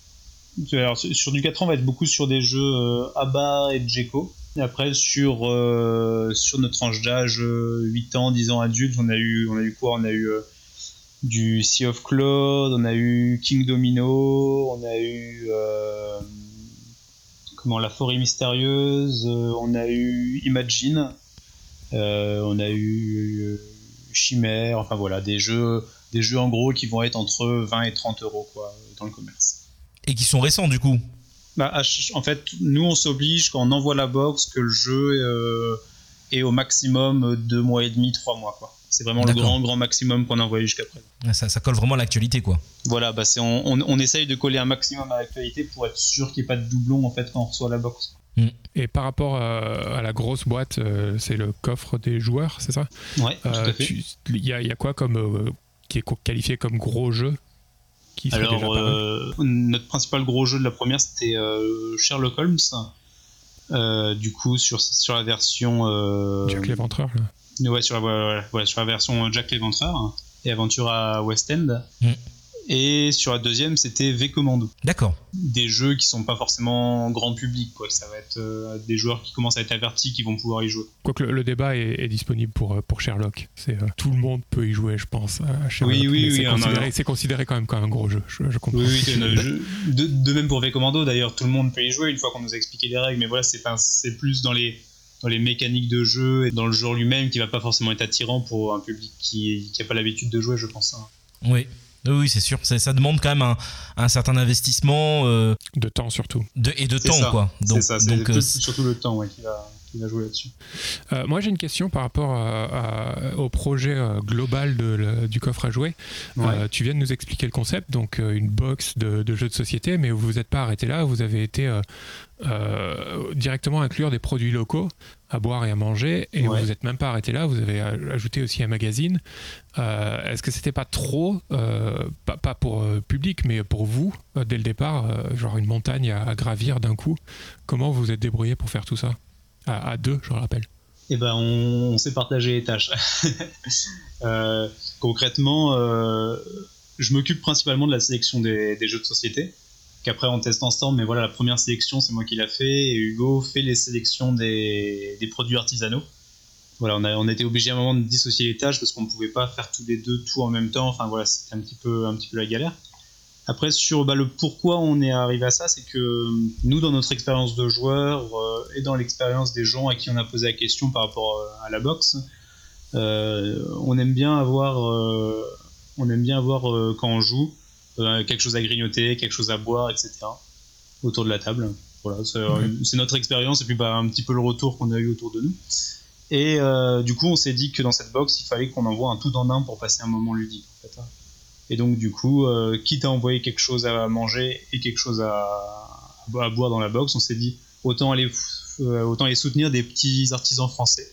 S3: alors, sur du quatre ans, on va être beaucoup sur des jeux euh, Abba et Djeko. Et après, sur euh, sur notre tranche d'âge euh, huit ans, dix ans adultes, on a eu on a eu quoi On a eu euh, du Sea of Cloud, on a eu King Domino, on a eu euh, comment La Forêt Mystérieuse, euh, on a eu Imagine, euh, on a eu euh, Chimère, enfin voilà, des jeux, des jeux en gros qui vont être entre vingt et trente euros quoi, dans le commerce.
S1: Et qui sont récents du coup ?
S3: Bah, en fait, nous on s'oblige quand on envoie la box que le jeu euh, et au maximum deux mois et demi, trois mois, quoi. C'est vraiment D'accord. le grand, grand maximum qu'on a envoyé jusqu'à présent.
S1: Ça, ça colle vraiment à l'actualité, quoi.
S3: Voilà, bah c'est, on, on, on essaye de coller un maximum à l'actualité pour être sûr qu'il n'y ait pas de doublon en fait, quand on reçoit la box.
S2: Et par rapport à, à la grosse boîte, euh, c'est le coffre des joueurs, c'est ça ?
S3: Ouais, euh, tout à fait.
S2: Il y, y a quoi comme, euh, qui est qualifié comme gros jeu qui
S3: Alors, déjà euh, notre principal gros jeu de la première, c'était euh, Sherlock Holmes. Euh, du coup, sur, sur la version... Euh,
S2: Jack l'Éventreur, là.
S3: Ouais, sur la, voilà, voilà, sur la version Jack l'Éventreur et Aventure à West End. Mm. Et sur la deuxième, c'était V-Commando.
S1: D'accord.
S3: Des jeux qui sont pas forcément grand public, quoi. Ça va être euh, des joueurs qui commencent à être avertis qui vont pouvoir y jouer.
S2: Quoique le, le débat est, est disponible pour, pour Sherlock. C'est, euh, tout le monde peut y jouer, je pense, à Sherlock.
S3: Oui, oui, oui.
S2: C'est,
S3: oui,
S2: considéré,
S3: non, non.
S2: c'est considéré quand même comme un gros jeu, je, je comprends.
S3: Oui, oui, de, de, de même pour V-Commando, d'ailleurs, tout le monde peut y jouer une fois qu'on nous a expliqué les règles. Mais voilà, c'est, c'est plus dans les, dans les mécaniques de jeu et dans le jeu lui-même qui va pas forcément être attirant pour un public qui n'a pas l'habitude de jouer, je pense. Hein.
S1: Oui. Oui, c'est sûr. Ça, ça demande quand même un, un certain investissement. Euh,
S2: de temps, surtout.
S1: De, et de
S3: c'est
S1: temps,
S3: ça.
S1: quoi.
S3: Donc, c'est ça, c'est donc, euh, surtout le temps ouais, qui, va, qui va jouer là-dessus.
S2: Euh, moi, j'ai une question par rapport à, à, au projet euh, global de, le, du coffre à jouer. Ouais. Euh, tu viens de nous expliquer le concept, donc euh, une box de, de jeux de société, mais vous vous êtes pas arrêté là. Vous avez été euh, euh, directement inclure des produits locaux à boire et à manger, et ouais. vous n'êtes même pas arrêté là, vous avez ajouté aussi un magazine. Euh, est-ce que c'était pas trop, euh, pas, pas pour euh, public, mais pour vous, euh, dès le départ, euh, genre une montagne à, à gravir d'un coup? Comment vous vous êtes débrouillé pour faire tout ça à, à deux, je le rappelle.
S3: Eh ben, on, on s'est partagé les tâches. euh, concrètement, euh, je m'occupe principalement de la sélection des, des jeux de société, qu'après on teste ensemble, mais voilà, la première sélection c'est moi qui l'a fait, et Hugo fait les sélections des, des produits artisanaux. Voilà, on a, on a été obligé à un moment de dissocier les tâches parce qu'on ne pouvait pas faire tous les deux tout en même temps, enfin voilà, c'était un petit peu, un petit peu la galère. Après, sur bah, le pourquoi on est arrivé à ça, c'est que nous, dans notre expérience de joueur euh, et dans l'expérience des gens à qui on a posé la question par rapport à la box, euh, on aime bien avoir, euh, on aime bien avoir euh, quand on joue, Euh, quelque chose à grignoter, quelque chose à boire, et cetera autour de la table. Voilà, c'est, mmh. c'est notre expérience et puis bah, un petit peu le retour qu'on a eu autour de nous. Et euh, du coup, on s'est dit que dans cette box, il fallait qu'on envoie un tout en un pour passer un moment ludique. En fait. Et donc, du coup, euh, quitte à envoyer quelque chose à manger et quelque chose à, à boire dans la box, on s'est dit autant aller, euh, autant aller soutenir des petits artisans français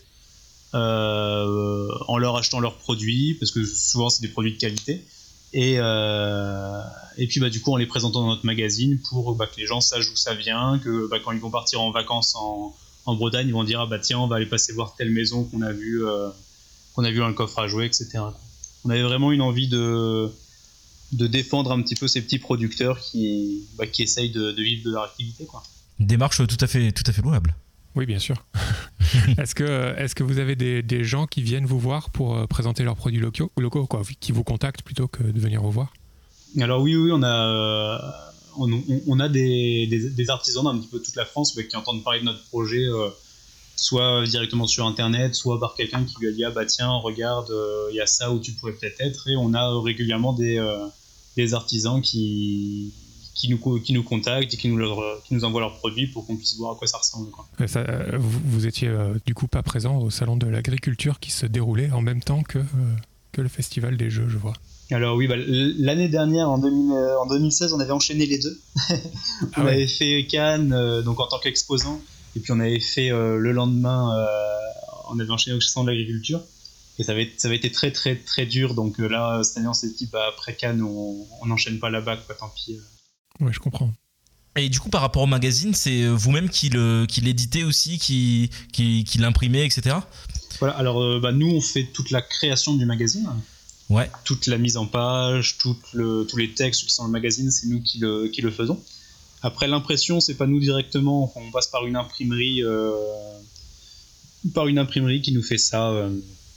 S3: euh, en leur achetant leurs produits, parce que souvent, c'est des produits de qualité. Et, euh, et puis bah, du coup en les présentant dans notre magazine pour bah, que les gens sachent d'où ça vient, que bah, quand ils vont partir en vacances en, en Bretagne, ils vont dire ah bah tiens on va aller passer voir telle maison qu'on a vu, euh, qu'on a vu dans le coffre à jouer, et cetera. On avait vraiment une envie de, de défendre un petit peu ces petits producteurs qui, bah, qui essayent de, de vivre de leur activité, quoi.
S1: Une démarche tout à fait, tout à fait louable.
S2: Oui, bien sûr. est-ce, que, est-ce que vous avez des, des gens qui viennent vous voir pour euh, présenter leurs produits locaux, locaux quoi, qui vous contactent plutôt que de venir vous voir?
S3: Alors oui, oui, on a, on, on a des, des, des artisans d'un petit peu toute la France qui entendent parler de notre projet, euh, soit directement sur Internet, soit par quelqu'un qui lui a dit ah bah tiens, regarde, il euh, y a ça où tu pourrais peut-être être. Et on a régulièrement des, euh, des artisans qui... Qui nous, qui nous contactent et qui nous, leur, qui nous envoient leurs produits pour qu'on puisse voir à quoi ça ressemble, quoi.
S2: Ça, euh, vous, vous étiez euh, du coup pas présent au salon de l'agriculture qui se déroulait en même temps que, euh, que le festival des jeux, je vois.
S3: Alors oui, bah, l'année dernière, en, deux mille, euh, en deux mille seize, on avait enchaîné les deux. on ah ouais. avait fait Cannes euh, donc en tant qu'exposant, et puis on avait fait euh, le lendemain, euh, on avait enchaîné au salon de l'agriculture. Et ça avait, ça avait été très très très dur, donc euh, là, cette année, on s'est dit, bah, après Cannes, on n'enchaîne pas là-bas, quoi, tant pis.
S2: Oui, je comprends.
S1: Et du coup, par rapport au magazine, c'est vous-même qui, le, qui l'éditez aussi, qui, qui, qui l'imprimez, et cetera.
S3: Voilà, alors euh, bah, nous, on fait toute la création du magazine.
S1: Ouais.
S3: Toute la mise en page, tout le, tous les textes qui sont dans le magazine, c'est nous qui le, qui le faisons. Après, l'impression, c'est pas nous directement. On passe par une imprimerie, euh, par une imprimerie qui nous fait ça, euh,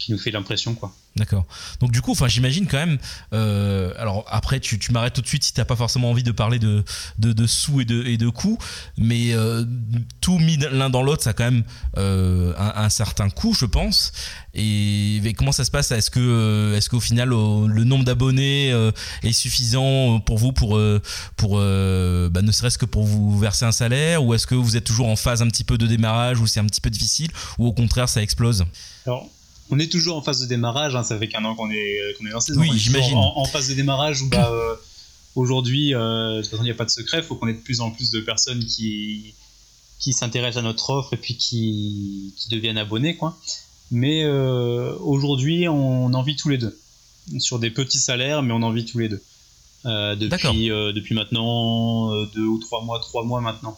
S3: qui nous fait l'impression, quoi.
S1: D'accord. Donc du coup, enfin, j'imagine quand même. Euh, alors après, tu, tu m'arrêtes tout de suite si t'as pas forcément envie de parler de de, de sous et de et de coûts, mais euh, tout mis l'un dans l'autre, ça a quand même euh, un, un certain coût, je pense. Et, et comment ça se passe ? Est-ce que est-ce qu'au final, euh, le nombre d'abonnés euh, est suffisant pour vous pour euh, pour euh, bah, ne serait-ce que pour vous verser un salaire, ou est-ce que vous êtes toujours en phase un petit peu de démarrage où c'est un petit peu difficile, ou au contraire ça explose ?
S3: Alors, on est toujours en phase de démarrage, hein, ça fait qu'un an qu'on est, qu'on est lancé.
S1: Oui,
S3: on est
S1: j'imagine.
S3: En, en phase de démarrage où bah, euh, aujourd'hui, euh, de toute façon, il n'y a pas de secret, il faut qu'on ait de plus en plus de personnes qui, qui s'intéressent à notre offre et puis qui, qui deviennent abonnés, quoi. Mais euh, aujourd'hui, on en vit tous les deux. Sur des petits salaires, mais on en vit tous les deux. Euh, depuis, euh, depuis maintenant euh, deux ou trois mois, trois mois maintenant.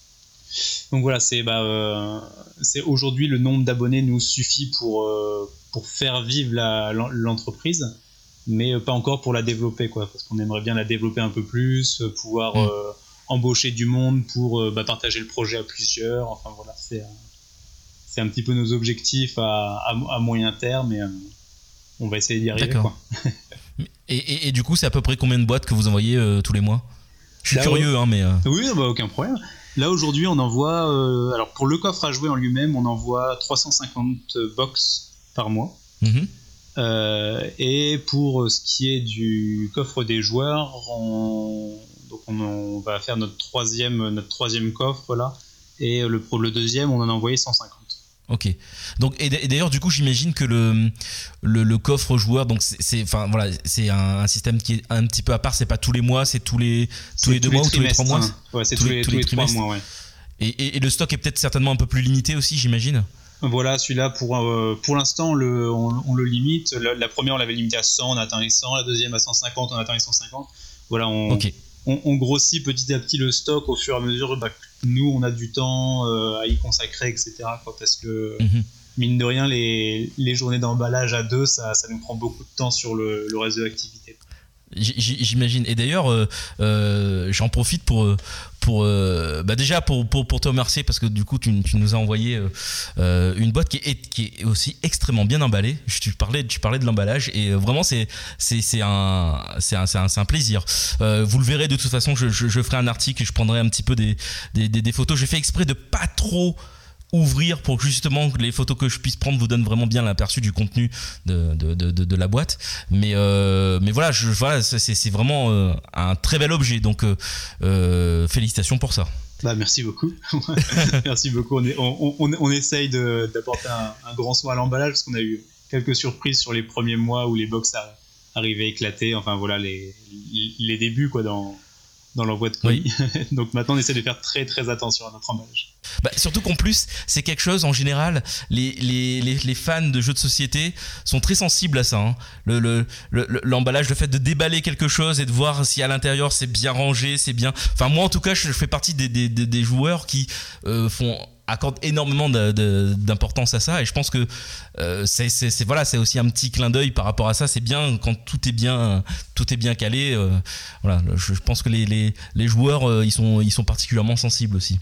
S3: Donc voilà, c'est, bah, euh, c'est aujourd'hui le nombre d'abonnés nous suffit pour, euh, pour faire vivre la, l'entreprise, mais pas encore pour la développer, quoi, parce qu'on aimerait bien la développer un peu plus, pouvoir mmh. euh, embaucher du monde pour euh, bah, partager le projet à plusieurs. Enfin voilà, c'est, euh, c'est un petit peu nos objectifs à, à, à moyen terme, et euh, on va essayer d'y arriver. D'accord. Quoi.
S1: et, et, et du coup, c'est à peu près combien de boîtes que vous envoyez euh, tous les mois ? Je suis Là, curieux, hein, mais... Euh...
S3: Oui, bah, aucun problème. Là, aujourd'hui, on envoie... Euh, alors, pour le coffre à jouer en lui-même, on envoie trois cent cinquante box par mois. Mmh. Euh, et pour ce qui est du coffre des joueurs, on, donc on, on va faire notre troisième, notre troisième coffre, là. Et le, pour le deuxième, on en a envoyé cent cinquante.
S1: Ok. Donc, et d'ailleurs, du coup, j'imagine que le, le, le coffre joueur, donc c'est, c'est, enfin, voilà, c'est un, un système qui est un petit peu à part. C'est pas tous les mois, c'est tous les, tous les deux mois ou tous les trois mois.
S3: Hein. Ouais, c'est tous, tous les, tous les, les trois mois, ouais.
S1: Et, et, et le stock est peut-être certainement un peu plus limité aussi, j'imagine.
S3: Voilà, celui-là, pour, euh, pour l'instant, le, on, on le limite. La, la première, on l'avait limité à cent, on a atteint les cent. La deuxième, à cent cinquante, on a atteint les cent cinquante. Voilà, on, okay. on, on grossit petit à petit le stock au fur et à mesure. Bah, nous, on a du temps euh, à y consacrer, et cetera. Quoi, parce que, mm-hmm. mine de rien, les, les journées d'emballage à deux, ça, ça nous prend beaucoup de temps sur le, le reste de l'activité.
S1: J'imagine. Et d'ailleurs, euh, euh, j'en profite pour, pour euh, bah déjà pour, pour, pour te remercier, parce que du coup, tu, tu nous as envoyé euh, une boîte qui est, qui est aussi extrêmement bien emballée. Tu parlais, tu parlais de l'emballage, et vraiment, c'est, c'est, c'est, un, c'est, un, c'est, un, c'est un plaisir. Euh, vous le verrez de toute façon, je, je, je ferai un article et je prendrai un petit peu des, des, des, des photos. J'ai fait exprès de pas trop ouvrir pour que justement les photos que je puisse prendre vous donnent vraiment bien l'aperçu du contenu de, de, de, de, de la boîte, mais, euh, mais voilà, je, voilà c'est, c'est vraiment euh, un très bel objet, donc euh, euh, félicitations pour ça.
S3: Bah, merci beaucoup. Merci beaucoup. On, est, on, on, on essaye de, d'apporter un, un grand soin à l'emballage, parce qu'on a eu quelques surprises sur les premiers mois où les box arrivaient éclatées, enfin voilà les, les débuts, quoi, dans dans l'envoi de colis. Oui. Donc maintenant, on essaie de faire très très attention à notre emballage.
S1: Bah, surtout qu'en plus, c'est quelque chose, en général, les, les, les, les fans de jeux de société sont très sensibles à ça. Hein. Le, le, le, l'emballage, le fait de déballer quelque chose et de voir si à l'intérieur c'est bien rangé, c'est bien... Enfin, moi en tout cas, je fais partie des, des, des, des joueurs qui euh, font... accorde énormément de, de, d'importance à ça, et je pense que euh, c'est, c'est, c'est, voilà, c'est aussi un petit clin d'œil par rapport à ça. C'est bien quand tout est bien, tout est bien calé. Euh, voilà, je, je pense que les, les, les joueurs euh, ils, sont, ils sont particulièrement sensibles aussi.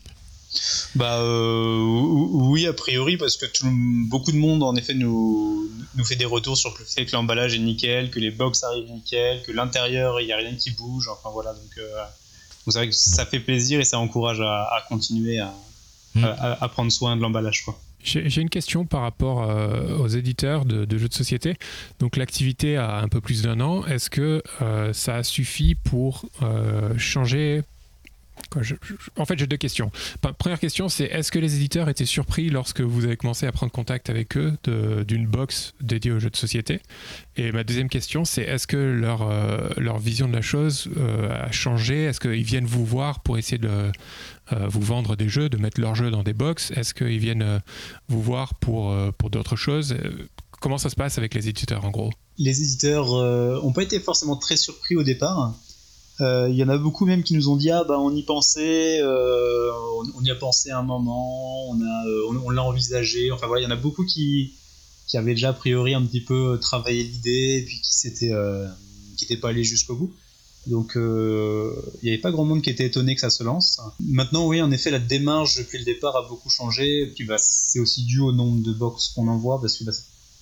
S3: Bah euh, oui, a priori, parce que tout, beaucoup de monde en effet nous, nous fait des retours sur le fait que l'emballage est nickel, que les box arrivent nickel, que l'intérieur il n'y a rien qui bouge. Enfin voilà, donc euh, c'est vrai que ça fait plaisir et ça encourage à, à continuer à À, à prendre soin de l'emballage, quoi.
S2: J'ai, j'ai une question par rapport euh, aux éditeurs de, de jeux de société. Donc l'activité a un peu plus d'un an. Est-ce que euh, ça suffit pour euh, changer Quoi, je, je, en fait, j'ai deux questions. Première question, c'est est-ce que les éditeurs étaient surpris lorsque vous avez commencé à prendre contact avec eux de, d'une box dédiée aux jeux de société ? Et ma deuxième question, c'est est-ce que leur, euh, leur vision de la chose euh, a changé ? Est-ce qu'ils viennent vous voir pour essayer de euh, vous vendre des jeux, de mettre leurs jeux dans des box ? Est-ce qu'ils viennent euh, vous voir pour, euh, pour d'autres choses ? Comment ça se passe avec les éditeurs, en gros ?
S3: Les éditeurs n'ont euh, pas été forcément très surpris au départ. Il euh, y en a beaucoup même qui nous ont dit ah bah on y pensait, euh, on, on y a pensé un moment, on a, euh, on, on l'a envisagé. Enfin voilà, il y en a beaucoup qui qui avaient déjà a priori un petit peu travaillé l'idée et puis qui s'étaient euh, qui n'étaient pas allés jusqu'au bout. Donc il euh, n'y avait pas grand monde qui était étonné que ça se lance. Maintenant oui, en effet, la démarche depuis le départ a beaucoup changé. Et puis bah c'est aussi dû au nombre de box qu'on envoie, parce que bah,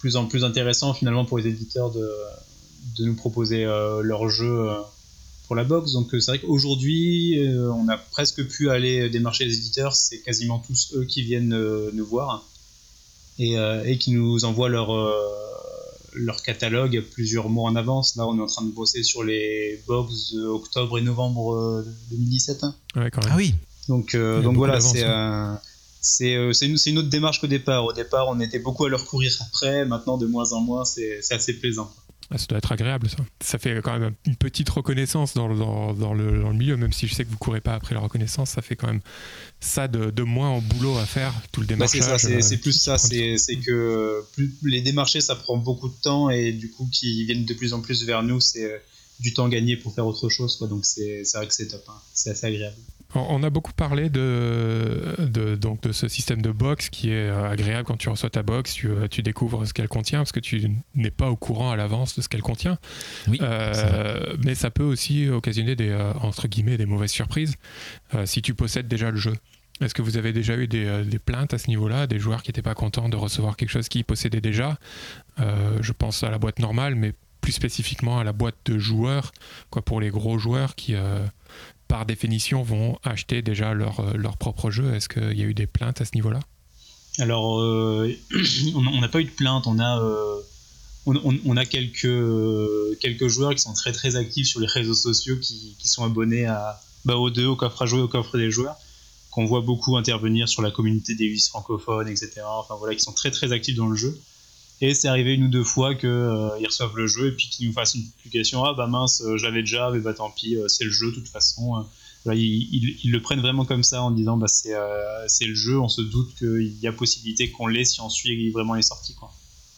S3: plus en plus intéressant finalement pour les éditeurs de, de nous proposer euh, leurs jeux euh, pour la box. Donc c'est vrai qu'aujourd'hui, euh, on a presque pu aller démarcher les éditeurs, c'est quasiment tous eux qui viennent euh, nous voir et, euh, et qui nous envoient leur, euh, leur catalogue plusieurs mois en avance. Là, on est en train de bosser sur les box de octobre et novembre deux mille dix-sept. Hein.
S2: Ouais, quand même.
S1: Ah oui.
S3: Donc, euh, donc voilà, c'est, euh, c'est, euh, c'est, une, c'est une autre démarche qu'au départ. Au départ, on était beaucoup à leur courir après. Maintenant, de moins en moins, c'est, c'est assez plaisant.
S2: Ah, ça doit être agréable, ça. Ça fait quand même une petite reconnaissance dans le, dans, dans le, dans le milieu, même si je sais que vous ne courez pas après la reconnaissance. Ça fait quand même ça de, de moins en boulot à faire, tout le démarchage.
S3: Bah c'est ça, c'est, c'est plus ça. C'est, c'est que plus les démarchés, ça prend beaucoup de temps et du coup, qui viennent de plus en plus vers nous, c'est du temps gagné pour faire autre chose, quoi. Donc c'est, c'est vrai que c'est top, hein. C'est assez agréable.
S2: On a beaucoup parlé de, de, donc de ce système de box qui est agréable quand tu reçois ta box, tu, tu découvres ce qu'elle contient parce que tu n'es pas au courant à l'avance de ce qu'elle contient.
S1: Oui,
S2: euh, mais ça peut aussi occasionner des, entre guillemets, des mauvaises surprises euh, si tu possèdes déjà le jeu. Est-ce que vous avez déjà eu des, des plaintes à ce niveau-là, des joueurs qui n'étaient pas contents de recevoir quelque chose qu'ils possédaient déjà? euh, Je pense à la boîte normale, mais plus spécifiquement à la boîte de joueurs, quoi, pour les gros joueurs qui... Euh, par définition, vont acheter déjà leur, leur propre jeu. Est-ce qu'il y a eu des plaintes à ce niveau-là ?
S3: Alors, euh, on n'a pas eu de plainte. On a, euh, on, on, on a quelques, euh, quelques joueurs qui sont très très actifs sur les réseaux sociaux, qui, qui sont abonnés à, bah, aux deux, au coffre à jouer, au coffre des joueurs, qu'on voit beaucoup intervenir sur la communauté des U S francophones, et cetera. Enfin voilà, qui sont très très actifs dans le jeu. Et c'est arrivé une ou deux fois qu'ils euh, reçoivent le jeu et puis qu'ils nous fassent une publication. Ah bah mince, euh, je l'avais déjà, mais bah tant pis, euh, c'est le jeu de toute façon. Euh, voilà, ils, ils, ils le prennent vraiment comme ça en disant bah c'est, euh, c'est le jeu, on se doute qu'il y a possibilité qu'on l'ait si on suit vraiment les sorties, quoi.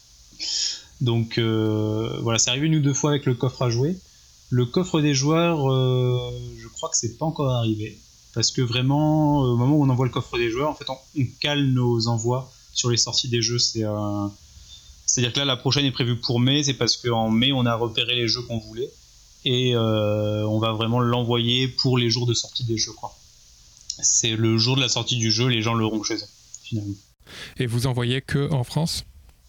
S3: Donc euh, voilà, c'est arrivé une ou deux fois avec le coffre à jouer. Le coffre des joueurs, euh, je crois que c'est pas encore arrivé. Parce que vraiment, au moment où on envoie le coffre des joueurs, en fait on, on cale nos envois sur les sorties des jeux. C'est... Euh, C'est-à-dire que là, la prochaine est prévue pour mai, c'est parce qu'en mai, on a repéré les jeux qu'on voulait et euh, on va vraiment l'envoyer pour les jours de sortie des jeux, quoi. C'est le jour de la sortie du jeu, les gens l'auront chez eux, finalement.
S2: Et vous envoyez que en France ?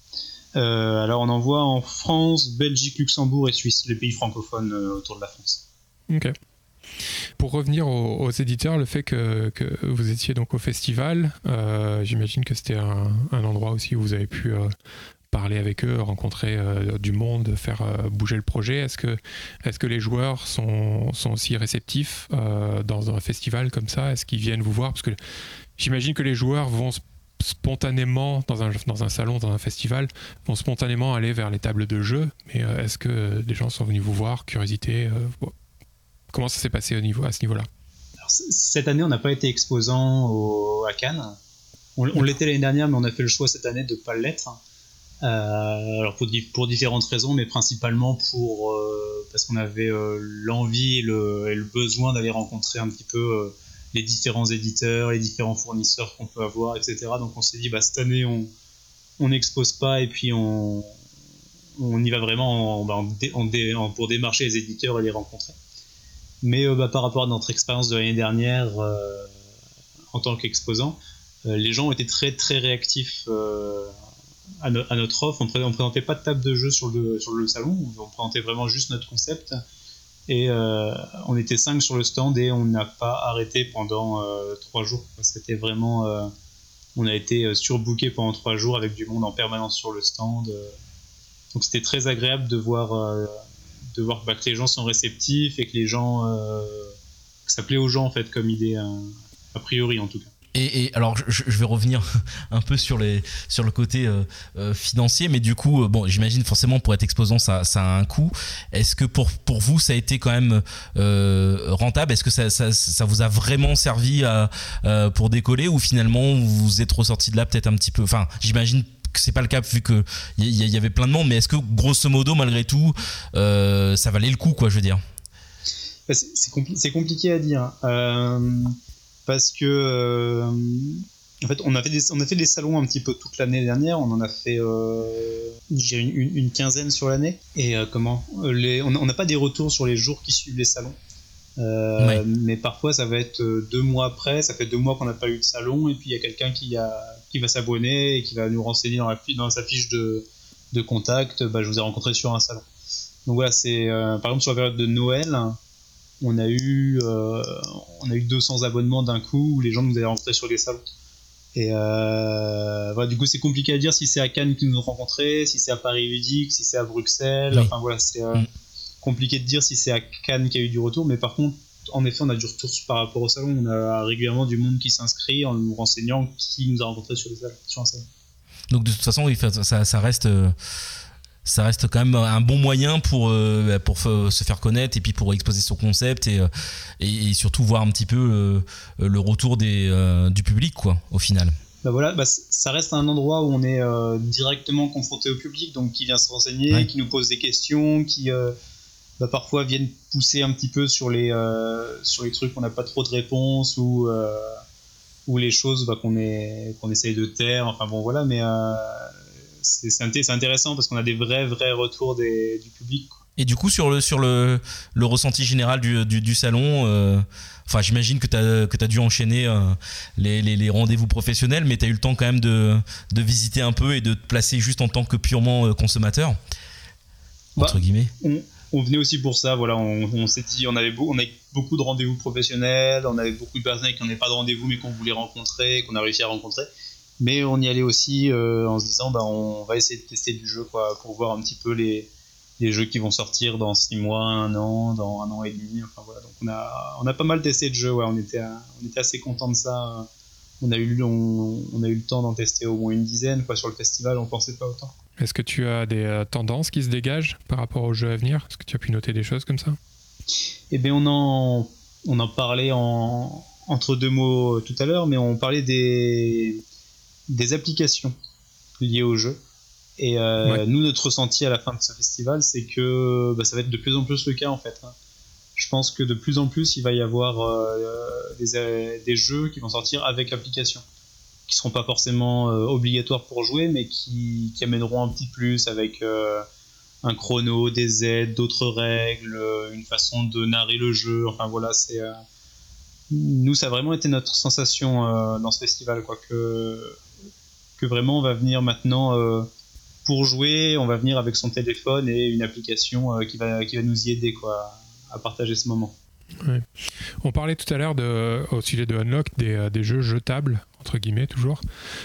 S3: euh, Alors, on envoie en France, Belgique, Luxembourg et Suisse, les pays francophones euh, autour de la France.
S2: Ok. Pour revenir aux, aux éditeurs, le fait que, que vous étiez donc au festival, euh, j'imagine que c'était un, un endroit aussi où vous avez pu... Euh, parler avec eux, rencontrer euh, du monde, faire euh, bouger le projet. Est-ce que, est-ce que les joueurs sont, sont aussi réceptifs euh, dans un festival comme ça ? Est-ce qu'ils viennent vous voir ? Parce que j'imagine que les joueurs vont spontanément, dans un, dans un salon, dans un festival, vont spontanément aller vers les tables de jeu. Mais euh, est-ce que des gens sont venus vous voir ? Curiosité euh, comment ça s'est passé au niveau, à ce niveau-là ?
S3: Alors, cette année, on n'a pas été exposant au, à Cannes. On, on l'était l'année dernière, mais on a fait le choix cette année de ne pas l'être. Euh, alors pour, pour différentes raisons, mais principalement pour euh, parce qu'on avait euh, l'envie et le, et le besoin d'aller rencontrer un petit peu euh, les différents éditeurs, les différents fournisseurs qu'on peut avoir, et cetera. Donc on s'est dit bah cette année on on n'expose pas et puis on on y va vraiment en, en, en, en, pour démarcher les éditeurs et les rencontrer. Mais euh, bah, par rapport à notre expérience de l'année dernière euh, en tant qu'exposant, euh, les gens étaient très très réactifs. Euh, À, no- à notre offre, on ne présentait pas de table de jeu sur le, sur le salon, on présentait vraiment juste notre concept et euh, on était cinq sur le stand et on n'a pas arrêté pendant euh, trois jours. C'était vraiment, euh, on a été surbooké pendant trois jours avec du monde en permanence sur le stand, euh, donc c'était très agréable de voir, euh, de voir bah, que les gens sont réceptifs et que les gens, euh, que ça plaît aux gens en fait comme idée, euh, a priori en tout cas.
S1: Et, et alors, je, je vais revenir un peu sur, les, sur le côté euh, euh, financier, mais du coup, euh, bon, j'imagine forcément pour être exposant, ça, ça a un coût. Est-ce que pour, pour vous, ça a été quand même euh, rentable ? Est-ce que ça, ça, ça vous a vraiment servi à, euh, pour décoller, ou finalement vous êtes ressorti de là peut-être un petit peu ? Enfin, j'imagine que c'est pas le cas vu que il y, y avait plein de monde, mais est-ce que grosso modo, malgré tout, euh, ça valait le coup, quoi, je veux dire ?
S3: C'est, c'est, compli- c'est compliqué à dire. Euh... Parce que euh, en fait, on a fait des, on a fait des salons un petit peu toute l'année dernière. On en a fait euh, une, une, une quinzaine sur l'année. Et euh, comment les, on n'a pas des retours sur les jours qui suivent les salons. Euh, ouais. Mais parfois, ça va être deux mois après. Ça fait deux mois qu'on n'a pas eu de salon. Et puis, il y a quelqu'un qui, a, qui va s'abonner et qui va nous renseigner dans, la, dans sa fiche de, de contact, bah, je vous ai rencontré sur un salon. Donc voilà, c'est euh, par exemple sur la période de Noël, on a eu euh, on a eu deux cents abonnements d'un coup où les gens nous avaient rencontrés sur les salons. Et euh, voilà, du coup c'est compliqué à dire si c'est à Cannes qu'ils nous ont rencontrés, si c'est à Paris Ludique, si c'est à Bruxelles. Oui. Enfin voilà, c'est euh, mm. compliqué de dire si c'est à Cannes qu'il y a eu du retour, mais par contre, en effet, on a du retour par rapport au salon. On a régulièrement du monde qui s'inscrit en nous renseignant qui nous a rencontrés sur les salons, sur un salon.
S1: Donc de toute façon, oui, ça, ça reste. Euh... Ça reste quand même un bon moyen pour, euh, pour f- se faire connaître et puis pour exposer son concept et, et, et surtout voir un petit peu euh, le retour des, euh, du public, quoi, au final.
S3: Bah voilà, bah ça reste un endroit où on est euh, directement confronté au public, donc qui vient se renseigner, ouais. qui nous pose des questions, qui euh, bah, parfois viennent pousser un petit peu sur les, euh, sur les trucs où on n'a pas trop de réponses ou, euh, ou les choses bah, qu'on, est, qu'on essaye de taire. Enfin bon, voilà, mais. Euh, C'est, c'est intéressant parce qu'on a des vrais, vrais retours des, du public. Quoi.
S1: Et du coup, sur le, sur le, le ressenti général du, du, du salon, euh, enfin, j'imagine que tu as que tu as dû enchaîner euh, les, les, les rendez-vous professionnels, mais tu as eu le temps quand même de, de visiter un peu et de te placer juste en tant que purement consommateur, entre
S3: bah,
S1: guillemets.
S3: On, on venait aussi pour ça, voilà, on, on s'est dit, on avait, beau, on avait beaucoup de rendez-vous professionnels, on avait beaucoup de personnes qui n'avaient pas de rendez-vous mais qu'on voulait rencontrer, qu'on a réussi à rencontrer. Mais on y allait aussi euh, en se disant bah, on va essayer de tester du jeu quoi, pour voir un petit peu les, les jeux qui vont sortir dans six mois, un an, dans un an et demi. Enfin, voilà. Donc on a, on a pas mal testé de jeux, ouais. on, était, on était assez contents de ça. On a, eu, on, on a eu le temps d'en tester au moins une dizaine quoi, sur le festival, on pensait pas autant.
S2: Est-ce que tu as des euh, tendances qui se dégagent par rapport aux jeux à venir ? Est-ce que tu as pu noter des choses comme ça ?
S3: Eh bien on en, on en parlait en, entre deux mots tout à l'heure, mais on parlait des... des applications liées au jeu et euh, ouais. nous notre ressenti à la fin de ce festival c'est que bah, ça va être de plus en plus le cas en fait. Je pense que de plus en plus il va y avoir euh, des, des jeux qui vont sortir avec l'application qui seront pas forcément euh, obligatoires pour jouer mais qui, qui amèneront un petit plus avec euh, un chrono, des aides, d'autres règles, une façon de narrer le jeu, enfin voilà c'est euh... nous ça a vraiment été notre sensation euh, dans ce festival quoi, que que vraiment on va venir maintenant euh, pour jouer, on va venir avec son téléphone et une application euh, qui va qui va nous y aider quoi à partager ce moment.
S2: Ouais. On parlait tout à l'heure de, au sujet de Unlock des, des jeux jetables entre guillemets toujours.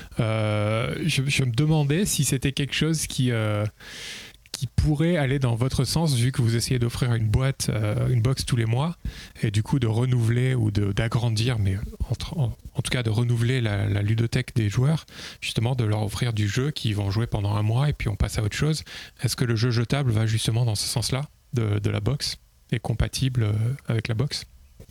S2: Euh, je, je me demandais si c'était quelque chose qui euh, qui pourrait aller dans votre sens vu que vous essayez d'offrir une boîte, euh, une box tous les mois et du coup de renouveler ou de, d'agrandir, mais entre, en, en tout cas de renouveler la, la ludothèque des joueurs, justement de leur offrir du jeu qu'ils vont jouer pendant un mois et puis on passe à autre chose. Est-ce que le jeu jetable va justement dans ce sens-là de, de la box et compatible avec la box ?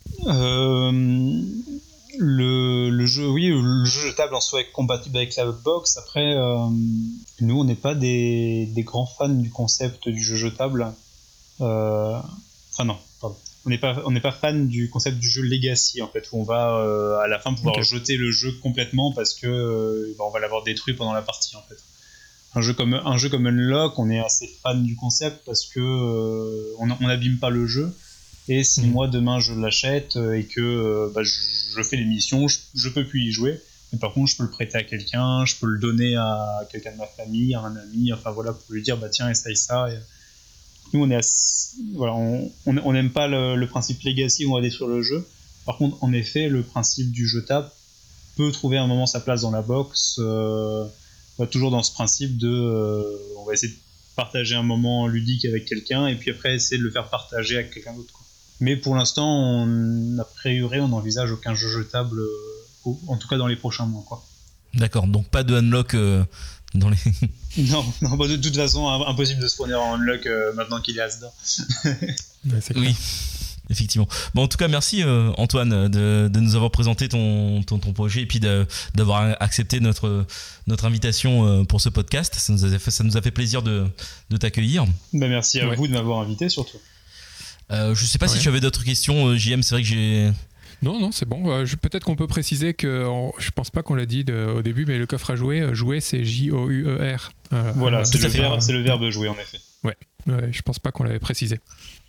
S3: euh... Le, le jeu, oui, le jeu jetable en soi est compatible avec la box. Après, euh, nous, on n'est pas des, des grands fans du concept du jeu jetable. Euh, enfin non, pardon. On n'est pas, on n'est pas fan du concept du jeu Legacy en fait, où on va euh, à la fin pouvoir okay. jeter le jeu complètement parce que euh, on va l'avoir détruit pendant la partie en fait. Un jeu comme un jeu comme Unlock, on est assez fan du concept parce que euh, on n'abîme pas le jeu. Et si mmh. moi demain je l'achète et que bah, je, je fais les missions, je, je peux plus y jouer. Mais par contre, je peux le prêter à quelqu'un, je peux le donner à quelqu'un de ma famille, à un ami, enfin voilà, pour lui dire bah tiens essaye ça. Et nous on est assez, voilà, on on n'aime pas le, le principe Legacy où on va détruire le jeu. Par contre, en effet, le principe du jetable peut trouver un moment sa place dans la box, euh, bah, toujours dans ce principe de, euh, on va essayer de partager un moment ludique avec quelqu'un et puis après essayer de le faire partager avec quelqu'un d'autre. Quoi. Mais pour l'instant, on, a priori, on n'envisage aucun jeu jetable, euh, en tout cas dans les prochains mois. Quoi.
S1: D'accord, donc pas de Unlock euh, dans les...
S3: non, non bah de toute façon, impossible de se fournir en Unlock euh, maintenant qu'il est Asda.
S2: Ouais, c'est
S1: oui, effectivement. Bon, en tout cas, merci euh, Antoine de, de nous avoir présenté ton, ton, ton projet et puis de, d'avoir accepté notre, notre invitation euh, pour ce podcast. Ça nous a fait, ça nous a fait plaisir de, de t'accueillir.
S3: Bah, merci à ouais. vous de m'avoir invité surtout.
S1: Euh, je sais pas ouais. si tu avais d'autres questions, J M, c'est vrai que j'ai...
S2: Non, non, c'est bon. Euh, je, peut-être qu'on peut préciser que, on, je pense pas qu'on l'a dit de, au début, mais le coffre à jouer, jouer c'est J O U E R.
S3: Euh, voilà, c'est, le verbe, c'est le verbe jouer en effet.
S2: Ouais, ouais, je pense pas qu'on l'avait précisé.
S1: Ouais,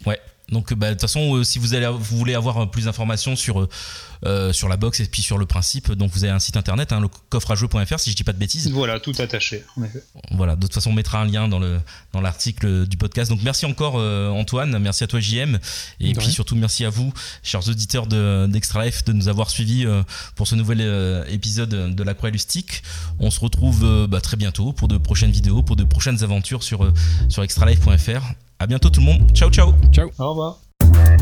S1: Donc bah, de toute façon, euh, si vous, allez, vous voulez avoir plus d'informations sur, euh, sur la box et puis sur le principe, donc vous avez un site internet, hein, le coffre à jeux point f r si je dis pas de bêtises.
S3: Voilà, tout attaché. En effet.
S1: Voilà, de toute façon on mettra un lien dans, le, dans l'article du podcast. Donc merci encore euh, Antoine, merci à toi J M, et puis surtout merci à vous, chers auditeurs de, d'Extra Life, de nous avoir suivis euh, pour ce nouvel euh, épisode de la Croix Lustique. On se retrouve euh, bah, très bientôt pour de prochaines vidéos, pour de prochaines aventures sur, euh, sur extra life point f r. À bientôt tout le monde. Ciao, ciao.
S2: Ciao.
S3: Au revoir.